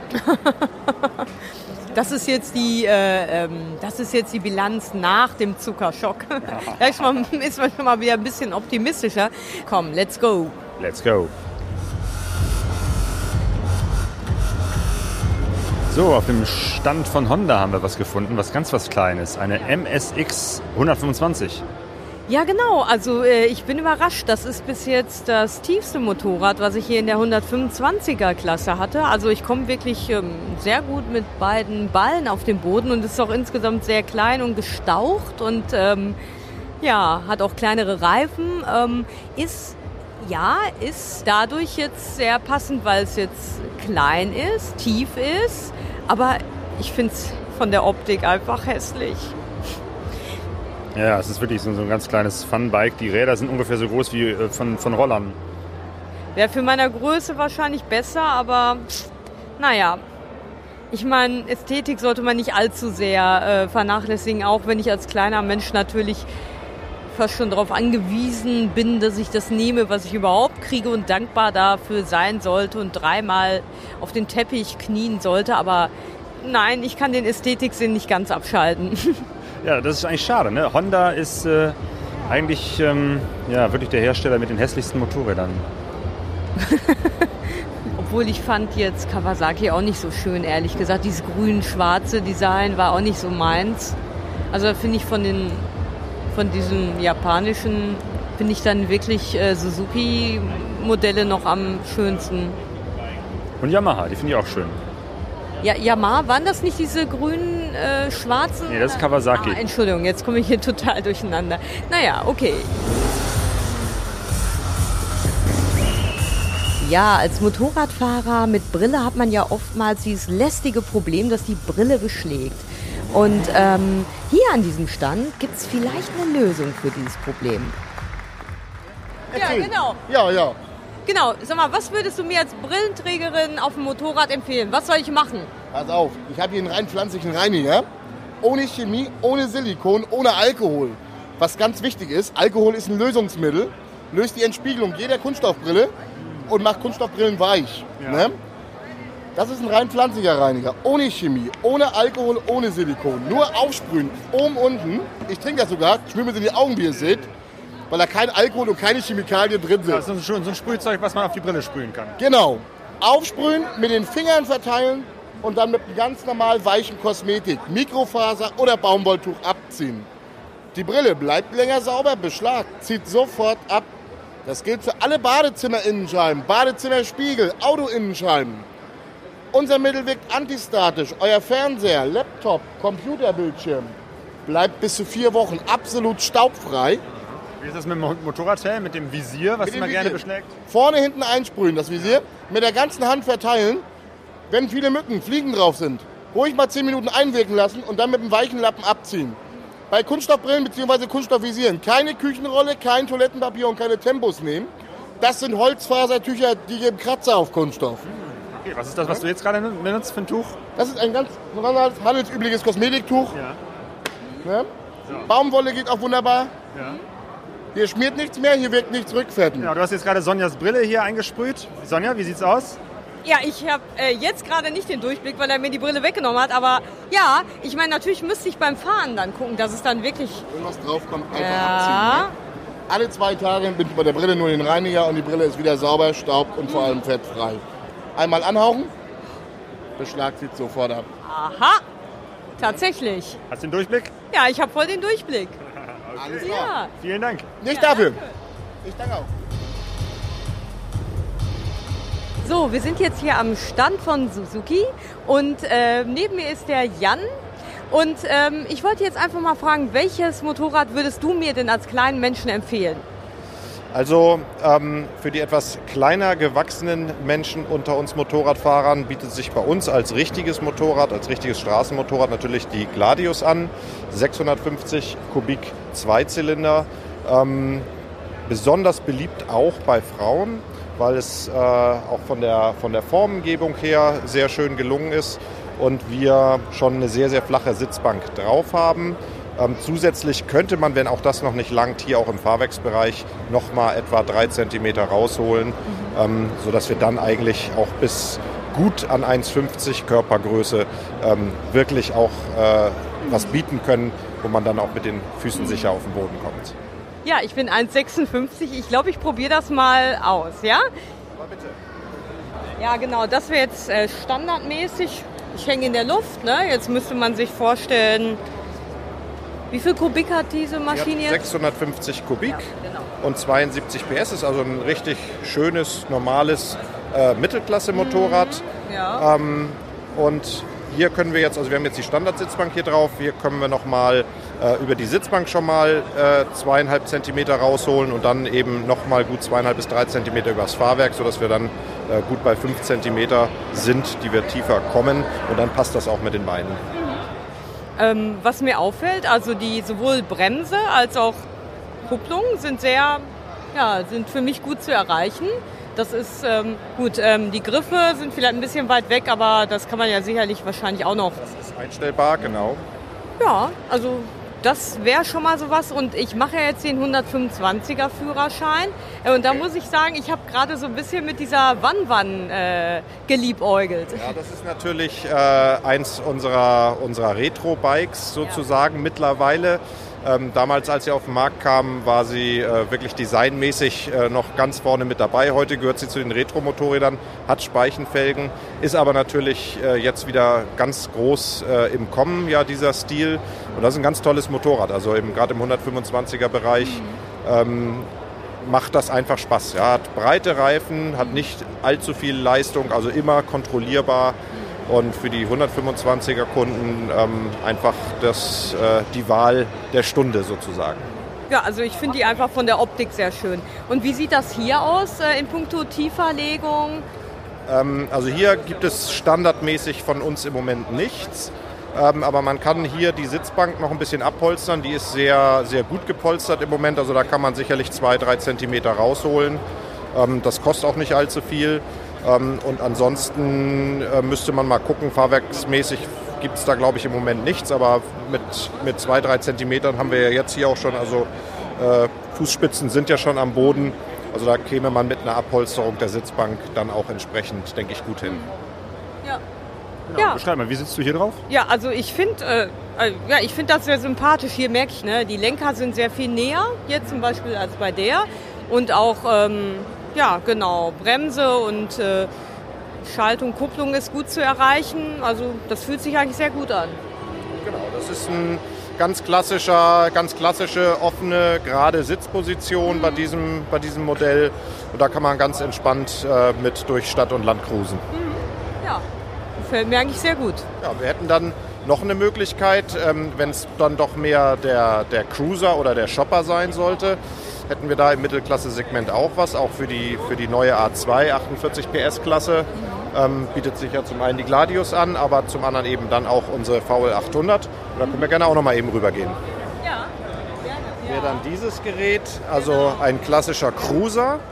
Das ist jetzt die Bilanz nach dem Zuckerschock. Da ist man schon mal wieder ein bisschen optimistischer. Komm, let's go. Let's go. So, auf dem Stand von Honda haben wir was gefunden, was Kleines. Eine MSX 125. Ja, genau. Also ich bin überrascht. Das ist bis jetzt das tiefste Motorrad, was ich hier in der 125er-Klasse hatte. Also ich komme wirklich sehr gut mit beiden Ballen auf den Boden und ist auch insgesamt sehr klein und gestaucht und hat auch kleinere Reifen. Ist dadurch jetzt sehr passend, weil es jetzt klein ist, tief ist. Aber ich finde es von der Optik einfach hässlich. Ja, es ist wirklich so ein ganz kleines Funbike. Die Räder sind ungefähr so groß wie von Rollern. Wäre für meine Größe wahrscheinlich besser, aber naja. Ich meine, Ästhetik sollte man nicht allzu sehr vernachlässigen, auch wenn ich als kleiner Mensch natürlich fast schon darauf angewiesen bin, dass ich das nehme, was ich überhaupt kriege und dankbar dafür sein sollte und 3-mal auf den Teppich knien sollte. Aber nein, ich kann den Ästhetiksinn nicht ganz abschalten. Ja, das ist eigentlich schade, ne? Honda ist eigentlich wirklich der Hersteller mit den hässlichsten Motorrädern. Obwohl ich fand jetzt Kawasaki auch nicht so schön, ehrlich gesagt. Dieses grün-schwarze Design war auch nicht so meins. Also da finde ich von diesen japanischen, finde ich dann wirklich Suzuki-Modelle noch am schönsten. Und Yamaha, die finde ich auch schön. Ja, Yamaha, waren das nicht diese grünen, schwarzen? Nee, das ist Kawasaki. Entschuldigung, jetzt komme ich hier total durcheinander. Naja, okay. Ja, als Motorradfahrer mit Brille hat man ja oftmals dieses lästige Problem, dass die Brille beschlägt. Und hier an diesem Stand gibt es vielleicht eine Lösung für dieses Problem. Ja, genau. Ja. Genau, sag mal, was würdest du mir als Brillenträgerin auf dem Motorrad empfehlen? Was soll ich machen? Pass auf, ich habe hier einen rein pflanzlichen Reiniger. Ohne Chemie, ohne Silikon, ohne Alkohol. Was ganz wichtig ist, Alkohol ist ein Lösungsmittel, löst die Entspiegelung jeder Kunststoffbrille und macht Kunststoffbrillen weich. Ja. Ne? Das ist ein rein pflanzlicher Reiniger. Ohne Chemie, ohne Alkohol, ohne Silikon. Nur aufsprühen, oben, unten. Ich trinke das sogar, schmier mir in die Augen, wie ihr seht. Weil da kein Alkohol und keine Chemikalien drin sind. Das ist schon so ein Sprühzeug, was man auf die Brille sprühen kann. Genau. Aufsprühen, mit den Fingern verteilen und dann mit einem ganz normal weichen Kosmetik, Mikrofaser oder Baumwolltuch abziehen. Die Brille bleibt länger sauber, Beschlag zieht sofort ab. Das gilt für alle Badezimmer-Innenscheiben, Badezimmerspiegel, Auto-Innenscheiben. Unser Mittel wirkt antistatisch. Euer Fernseher, Laptop, Computerbildschirm bleibt bis zu 4 Wochen absolut staubfrei. Wie ist das mit dem Motorradhelm, mit dem Visier, was man gerne beschlägt? Vorne, hinten einsprühen, das Visier. Mit der ganzen Hand verteilen. Wenn viele Mücken, Fliegen drauf sind, ruhig mal 10 Minuten einwirken lassen und dann mit einem weichen Lappen abziehen. Bei Kunststoffbrillen bzw. Kunststoffvisieren keine Küchenrolle, kein Toilettenpapier und keine Tempos nehmen. Das sind Holzfasertücher, die geben Kratzer auf Kunststoff. Okay, was ist das, was du jetzt gerade benutzt für ein Tuch? Das ist ein ganz normales, handelsübliches Kosmetiktuch. Ja. Ne? So. Baumwolle geht auch wunderbar. Ja. Hier schmiert nichts mehr, hier wirkt nichts rückfetten. Ja, du hast jetzt gerade Sonjas Brille hier eingesprüht. Sonja, wie sieht's aus? Ja, ich habe jetzt gerade nicht den Durchblick, weil er mir die Brille weggenommen hat. Aber ja, ich meine, natürlich müsste ich beim Fahren dann gucken, dass es dann wirklich... Wenn was draufkommt, einfach abziehen. Ne? Alle 2 Tage bin ich bei der Brille nur den Reiniger und die Brille ist wieder sauber, staubt und vor allem fettfrei. Einmal anhauchen, Beschlag sieht sofort ab. Aha, tatsächlich. Hast du den Durchblick? Ja, ich habe voll den Durchblick. Okay. Alles klar. Ja. Vielen Dank. Nicht dafür. Danke. Ich danke auch. So, wir sind jetzt hier am Stand von Suzuki und neben mir ist der Jan. Und ich wollte jetzt einfach mal fragen, welches Motorrad würdest du mir denn als kleinen Menschen empfehlen? Also für die etwas kleiner gewachsenen Menschen unter uns Motorradfahrern bietet sich bei uns als richtiges Motorrad, als richtiges Straßenmotorrad natürlich die Gladius an. 650 Kubik Zweizylinder. Besonders beliebt auch bei Frauen, weil es auch von der Formengebung her sehr schön gelungen ist und wir schon eine sehr, sehr flache Sitzbank drauf haben. Zusätzlich könnte man, wenn auch das noch nicht langt, hier auch im Fahrwerksbereich nochmal etwa 3 cm rausholen, sodass wir dann eigentlich auch bis gut an 1,50 Körpergröße wirklich auch was bieten können, wo man dann auch mit den Füßen sicher auf den Boden kommt. Ja, ich bin 1,56. Ich glaube, ich probiere das mal aus, ja? Aber bitte. Ja, genau. Das wäre jetzt standardmäßig. Ich hänge in der Luft, ne? Jetzt müsste man sich vorstellen, wie viel Kubik hat diese Maschine jetzt? 650 Kubik, ja, genau. Und 72 PS. Ist also ein richtig schönes, normales Mittelklasse-Motorrad. Ja. Und hier können wir jetzt, also wir haben jetzt die Standardsitzbank hier drauf, hier können wir nochmal über die Sitzbank schon mal 2,5 cm rausholen und dann eben nochmal gut 2,5 bis 3 cm übers Fahrwerk, sodass wir dann gut bei 5 cm sind, die wir tiefer kommen und dann passt das auch mit den Beinen. Was mir auffällt, also die sowohl Bremse als auch Kupplung sind sind für mich gut zu erreichen. Das ist gut, die Griffe sind vielleicht ein bisschen weit weg, aber das kann man ja sicherlich wahrscheinlich auch noch. Das ist einstellbar, genau. Ja, also das wäre schon mal sowas und ich mache ja jetzt den 125er Führerschein und da muss ich sagen, ich habe gerade so ein bisschen mit dieser Wanwan geliebäugelt. Ja, das ist natürlich eins unserer Retro-Bikes sozusagen mittlerweile. Damals, als sie auf den Markt kam, war sie wirklich designmäßig noch ganz vorne mit dabei. Heute gehört sie zu den Retro-Motorrädern, hat Speichenfelgen, ist aber natürlich jetzt wieder ganz groß im Kommen, ja, dieser Stil. Und das ist ein ganz tolles Motorrad, also gerade im 125er-Bereich macht das einfach Spaß. Ja, hat breite Reifen, hat nicht allzu viel Leistung, also immer kontrollierbar. Und für die 125er Kunden einfach die Wahl der Stunde sozusagen. Ja, also ich finde die einfach von der Optik sehr schön. Und wie sieht das hier aus in puncto Tieferlegung? Also hier gibt es standardmäßig von uns im Moment nichts. Aber man kann hier die Sitzbank noch ein bisschen abpolstern. Die ist sehr, sehr gut gepolstert im Moment. Also da kann man sicherlich 2-3 Zentimeter rausholen. Das kostet auch nicht allzu viel. Und ansonsten müsste man mal gucken, fahrwerksmäßig gibt es da glaube ich im Moment nichts, aber mit 2-3 Zentimetern haben wir ja jetzt hier auch schon, also Fußspitzen sind ja schon am Boden, also da käme man mit einer Abpolsterung der Sitzbank dann auch entsprechend, denke ich, gut hin. Ja. Genau, ja. Beschreib mal, wie sitzt du hier drauf? Ja, also ich finde das sehr sympathisch, hier merke ich, ne, die Lenker sind sehr viel näher, hier zum Beispiel als bei der und auch ja, genau. Bremse und Schaltung, Kupplung ist gut zu erreichen. Also das fühlt sich eigentlich sehr gut an. Genau, das ist ein ganz klassische, offene, gerade Sitzposition bei diesem Modell. Und da kann man ganz entspannt mit durch Stadt und Land cruisen. Ja, gefällt mir eigentlich sehr gut. Ja, wir hätten dann noch eine Möglichkeit, wenn es dann doch mehr der Cruiser oder der Shopper sein sollte, hätten wir da im Mittelklasse-Segment auch was, auch für die neue A2 48 PS-Klasse. Bietet sich ja zum einen die Gladius an, aber zum anderen eben dann auch unsere VL 800. Da können wir gerne auch noch mal eben rübergehen. Ja, gerne. Wäre dann dieses Gerät, also ein klassischer Cruiser.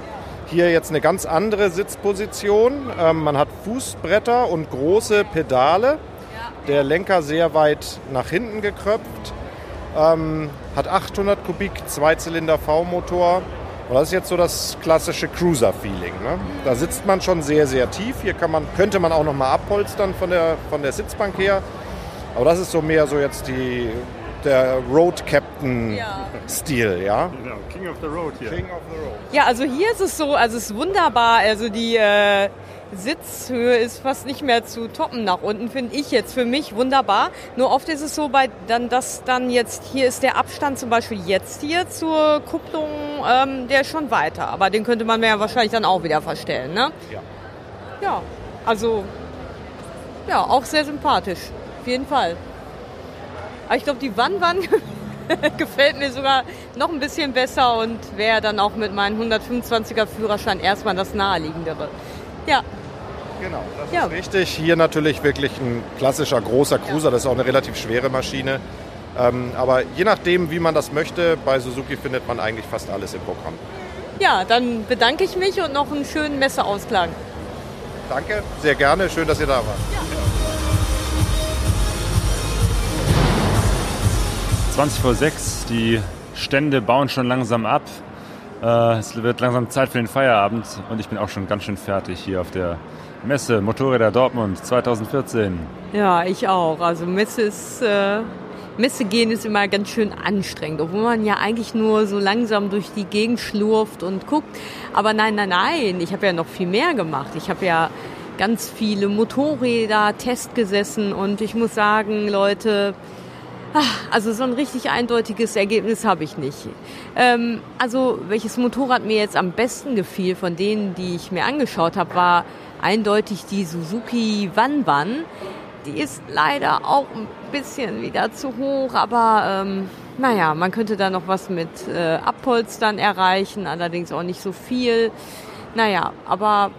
Hier jetzt eine ganz andere Sitzposition. Man hat Fußbretter und große Pedale. Der Lenker sehr weit nach hinten gekröpft. Hat 800 Kubik, 2-Zylinder V-Motor. Und das ist jetzt so das klassische Cruiser-Feeling. Ne? Da sitzt man schon sehr, sehr tief. Hier könnte man auch noch mal abpolstern von der Sitzbank her. Aber das ist so mehr so jetzt der Road Captain-Stil, ja? Genau, King of the Road hier. King of the Road. Ja, also hier ist es so, also es ist wunderbar, also die Sitzhöhe ist fast nicht mehr zu toppen nach unten, finde ich jetzt für mich wunderbar. Nur oft ist es so, dass dann jetzt, hier ist der Abstand zum Beispiel jetzt hier zur Kupplung, der ist schon weiter, aber den könnte man ja wahrscheinlich dann auch wieder verstellen, ne? Ja. Ja, also, ja, auch sehr sympathisch, auf jeden Fall. Aber ich glaube, die Wann gefällt mir sogar noch ein bisschen besser und wäre dann auch mit meinem 125er Führerschein erstmal das Naheliegendere. Ja. Genau, das ist richtig. Hier natürlich wirklich ein klassischer großer Cruiser. Das ist auch eine relativ schwere Maschine. Aber je nachdem, wie man das möchte, bei Suzuki findet man eigentlich fast alles im Programm. Ja, dann bedanke ich mich und noch einen schönen Messeausklang. Danke, sehr gerne. Schön, dass ihr da wart. Ja. 6:20, die Stände bauen schon langsam ab. Es wird langsam Zeit für den Feierabend und ich bin auch schon ganz schön fertig hier auf der Messe Motorräder Dortmund 2014. Ja, ich auch. Also Messe gehen ist immer ganz schön anstrengend, obwohl man ja eigentlich nur so langsam durch die Gegend schlurft und guckt. Aber nein, ich habe ja noch viel mehr gemacht. Ich habe ja ganz viele Motorräder testgesessen und ich muss sagen, Leute, also so ein richtig eindeutiges Ergebnis habe ich nicht. Also welches Motorrad mir jetzt am besten gefiel von denen, die ich mir angeschaut habe, war eindeutig die Suzuki Wanwan. Die ist leider auch ein bisschen wieder zu hoch, aber naja, man könnte da noch was mit Abpolstern erreichen, allerdings auch nicht so viel. Naja, aber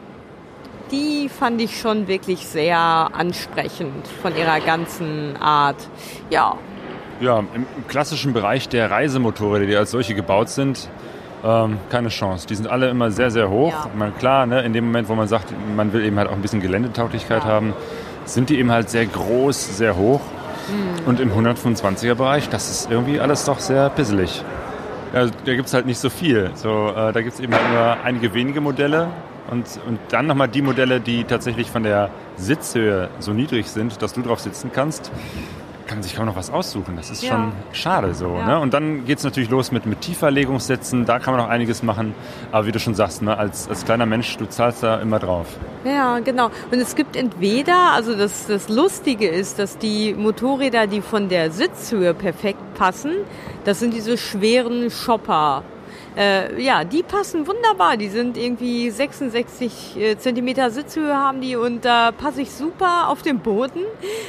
die fand ich schon wirklich sehr ansprechend von ihrer ganzen Art. Ja. Ja, im klassischen Bereich der Reisemotorräder, die als solche gebaut sind, keine Chance. Die sind alle immer sehr, sehr hoch. Ja. Man, klar, ne, in dem Moment, wo man sagt, man will eben halt auch ein bisschen Geländetauglichkeit haben, sind die eben halt sehr groß, sehr hoch. Und im 125er Bereich, das ist irgendwie alles doch sehr pisselig. Ja, da gibt es halt nicht so viel. So, da gibt es eben halt nur einige wenige Modelle. Und dann nochmal die Modelle, die tatsächlich von der Sitzhöhe so niedrig sind, dass du drauf sitzen kannst, kann man sich kaum noch was aussuchen. Das ist schon schade so. Ja. Ne? Und dann geht es natürlich los mit Tieferlegungssätzen. Da kann man noch einiges machen. Aber wie du schon sagst, ne, als kleiner Mensch, du zahlst da immer drauf. Ja, genau. Und es gibt entweder, also das Lustige ist, dass die Motorräder, die von der Sitzhöhe perfekt passen, das sind diese schweren Shopper. Ja, die passen wunderbar. Die sind irgendwie 66 Zentimeter Sitzhöhe haben die und da passe ich super auf den Boden.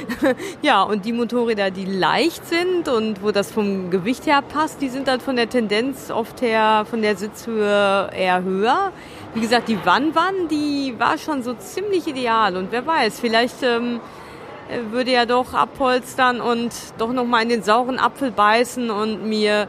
Ja, und die Motorräder, die leicht sind und wo das vom Gewicht her passt, die sind dann von der Tendenz oft her von der Sitzhöhe eher höher. Wie gesagt, die Wanwan, die war schon so ziemlich ideal und wer weiß, vielleicht würde ja doch abpolstern und doch nochmal in den sauren Apfel beißen und mir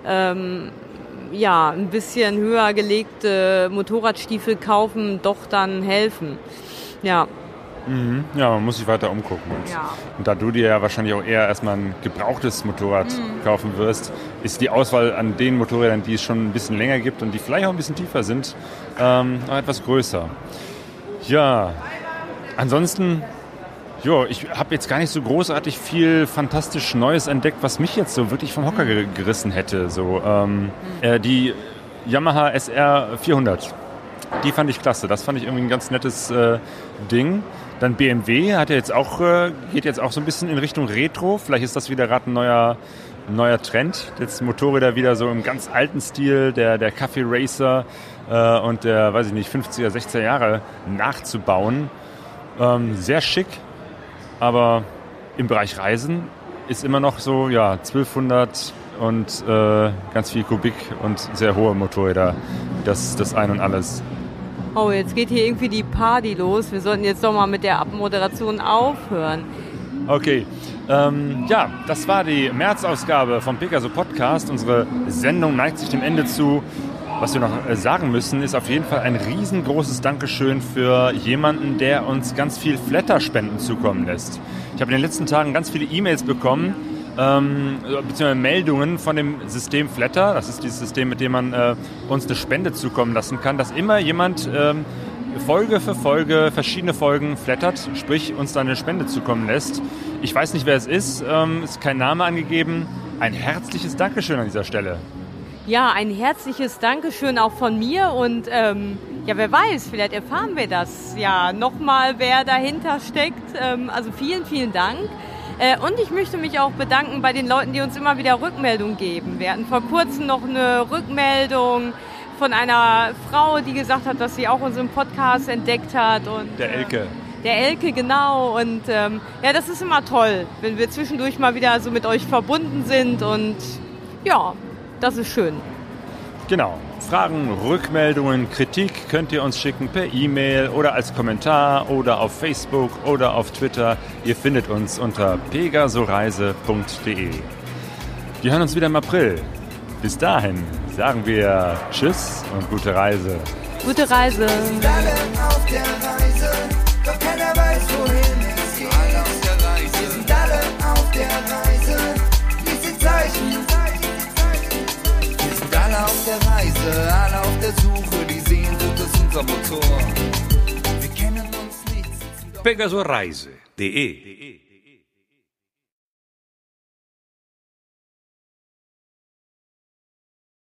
ja, ein bisschen höher gelegte Motorradstiefel kaufen, doch dann helfen. Ja. Ja, man muss sich weiter umgucken. Und da du dir ja wahrscheinlich auch eher erstmal ein gebrauchtes Motorrad kaufen wirst, ist die Auswahl an den Motorrädern, die es schon ein bisschen länger gibt und die vielleicht auch ein bisschen tiefer sind, noch etwas größer. Ja, ansonsten, ich habe jetzt gar nicht so großartig viel fantastisch Neues entdeckt, was mich jetzt so wirklich vom Hocker gerissen hätte. So, die Yamaha SR 400, die fand ich klasse. Das fand ich irgendwie ein ganz nettes Ding. Dann BMW hat geht jetzt auch so ein bisschen in Richtung Retro. Vielleicht ist das wieder gerade ein neuer Trend. Jetzt Motorräder wieder so im ganz alten Stil, der Café Racer und der, 50er, 60er Jahre nachzubauen. Sehr schick. Aber im Bereich Reisen ist immer noch so, 1200 und ganz viel Kubik und sehr hohe Motorräder. Das Ein und Alles. Oh, jetzt geht hier irgendwie die Party los. Wir sollten jetzt doch mal mit der Abmoderation aufhören. Okay. Das war die März-Ausgabe vom Pegaso Podcast. Unsere Sendung neigt sich dem Ende zu. Was wir noch sagen müssen, ist auf jeden Fall ein riesengroßes Dankeschön für jemanden, der uns ganz viel Flatter-Spenden zukommen lässt. Ich habe in den letzten Tagen ganz viele E-Mails bekommen, beziehungsweise Meldungen von dem System Flatter. Das ist dieses System, mit dem man uns eine Spende zukommen lassen kann, dass immer jemand Folge für Folge verschiedene Folgen flattert, sprich uns dann eine Spende zukommen lässt. Ich weiß nicht, wer es ist kein Name angegeben. Ein herzliches Dankeschön an dieser Stelle. Ja, ein herzliches Dankeschön auch von mir und wer weiß, vielleicht erfahren wir das ja nochmal, wer dahinter steckt. Also vielen, vielen Dank. Und ich möchte mich auch bedanken bei den Leuten, die uns immer wieder Rückmeldungen geben. Wir hatten vor kurzem noch eine Rückmeldung von einer Frau, die gesagt hat, dass sie auch unseren Podcast entdeckt hat. Und, der Elke. Der Elke, genau. Und das ist immer toll, wenn wir zwischendurch mal wieder so mit euch verbunden sind. Und ja, das ist schön. Genau. Fragen, Rückmeldungen, Kritik könnt ihr uns schicken per E-Mail oder als Kommentar oder auf Facebook oder auf Twitter. Ihr findet uns unter pegasoreise.de. Wir hören uns wieder im April. Bis dahin sagen wir Tschüss und gute Reise. Gute Reise. Wir sind alle auf der Reise, doch keiner weiß, wohin es geht. Alle auf der Reise. Wir sind alle auf der Reise, diese Zeichen. Wir sind alle auf der Reise, alle auf der Suche, die Sehnsucht ist unser Motor. Wir kennen uns nicht. pegasoreise.de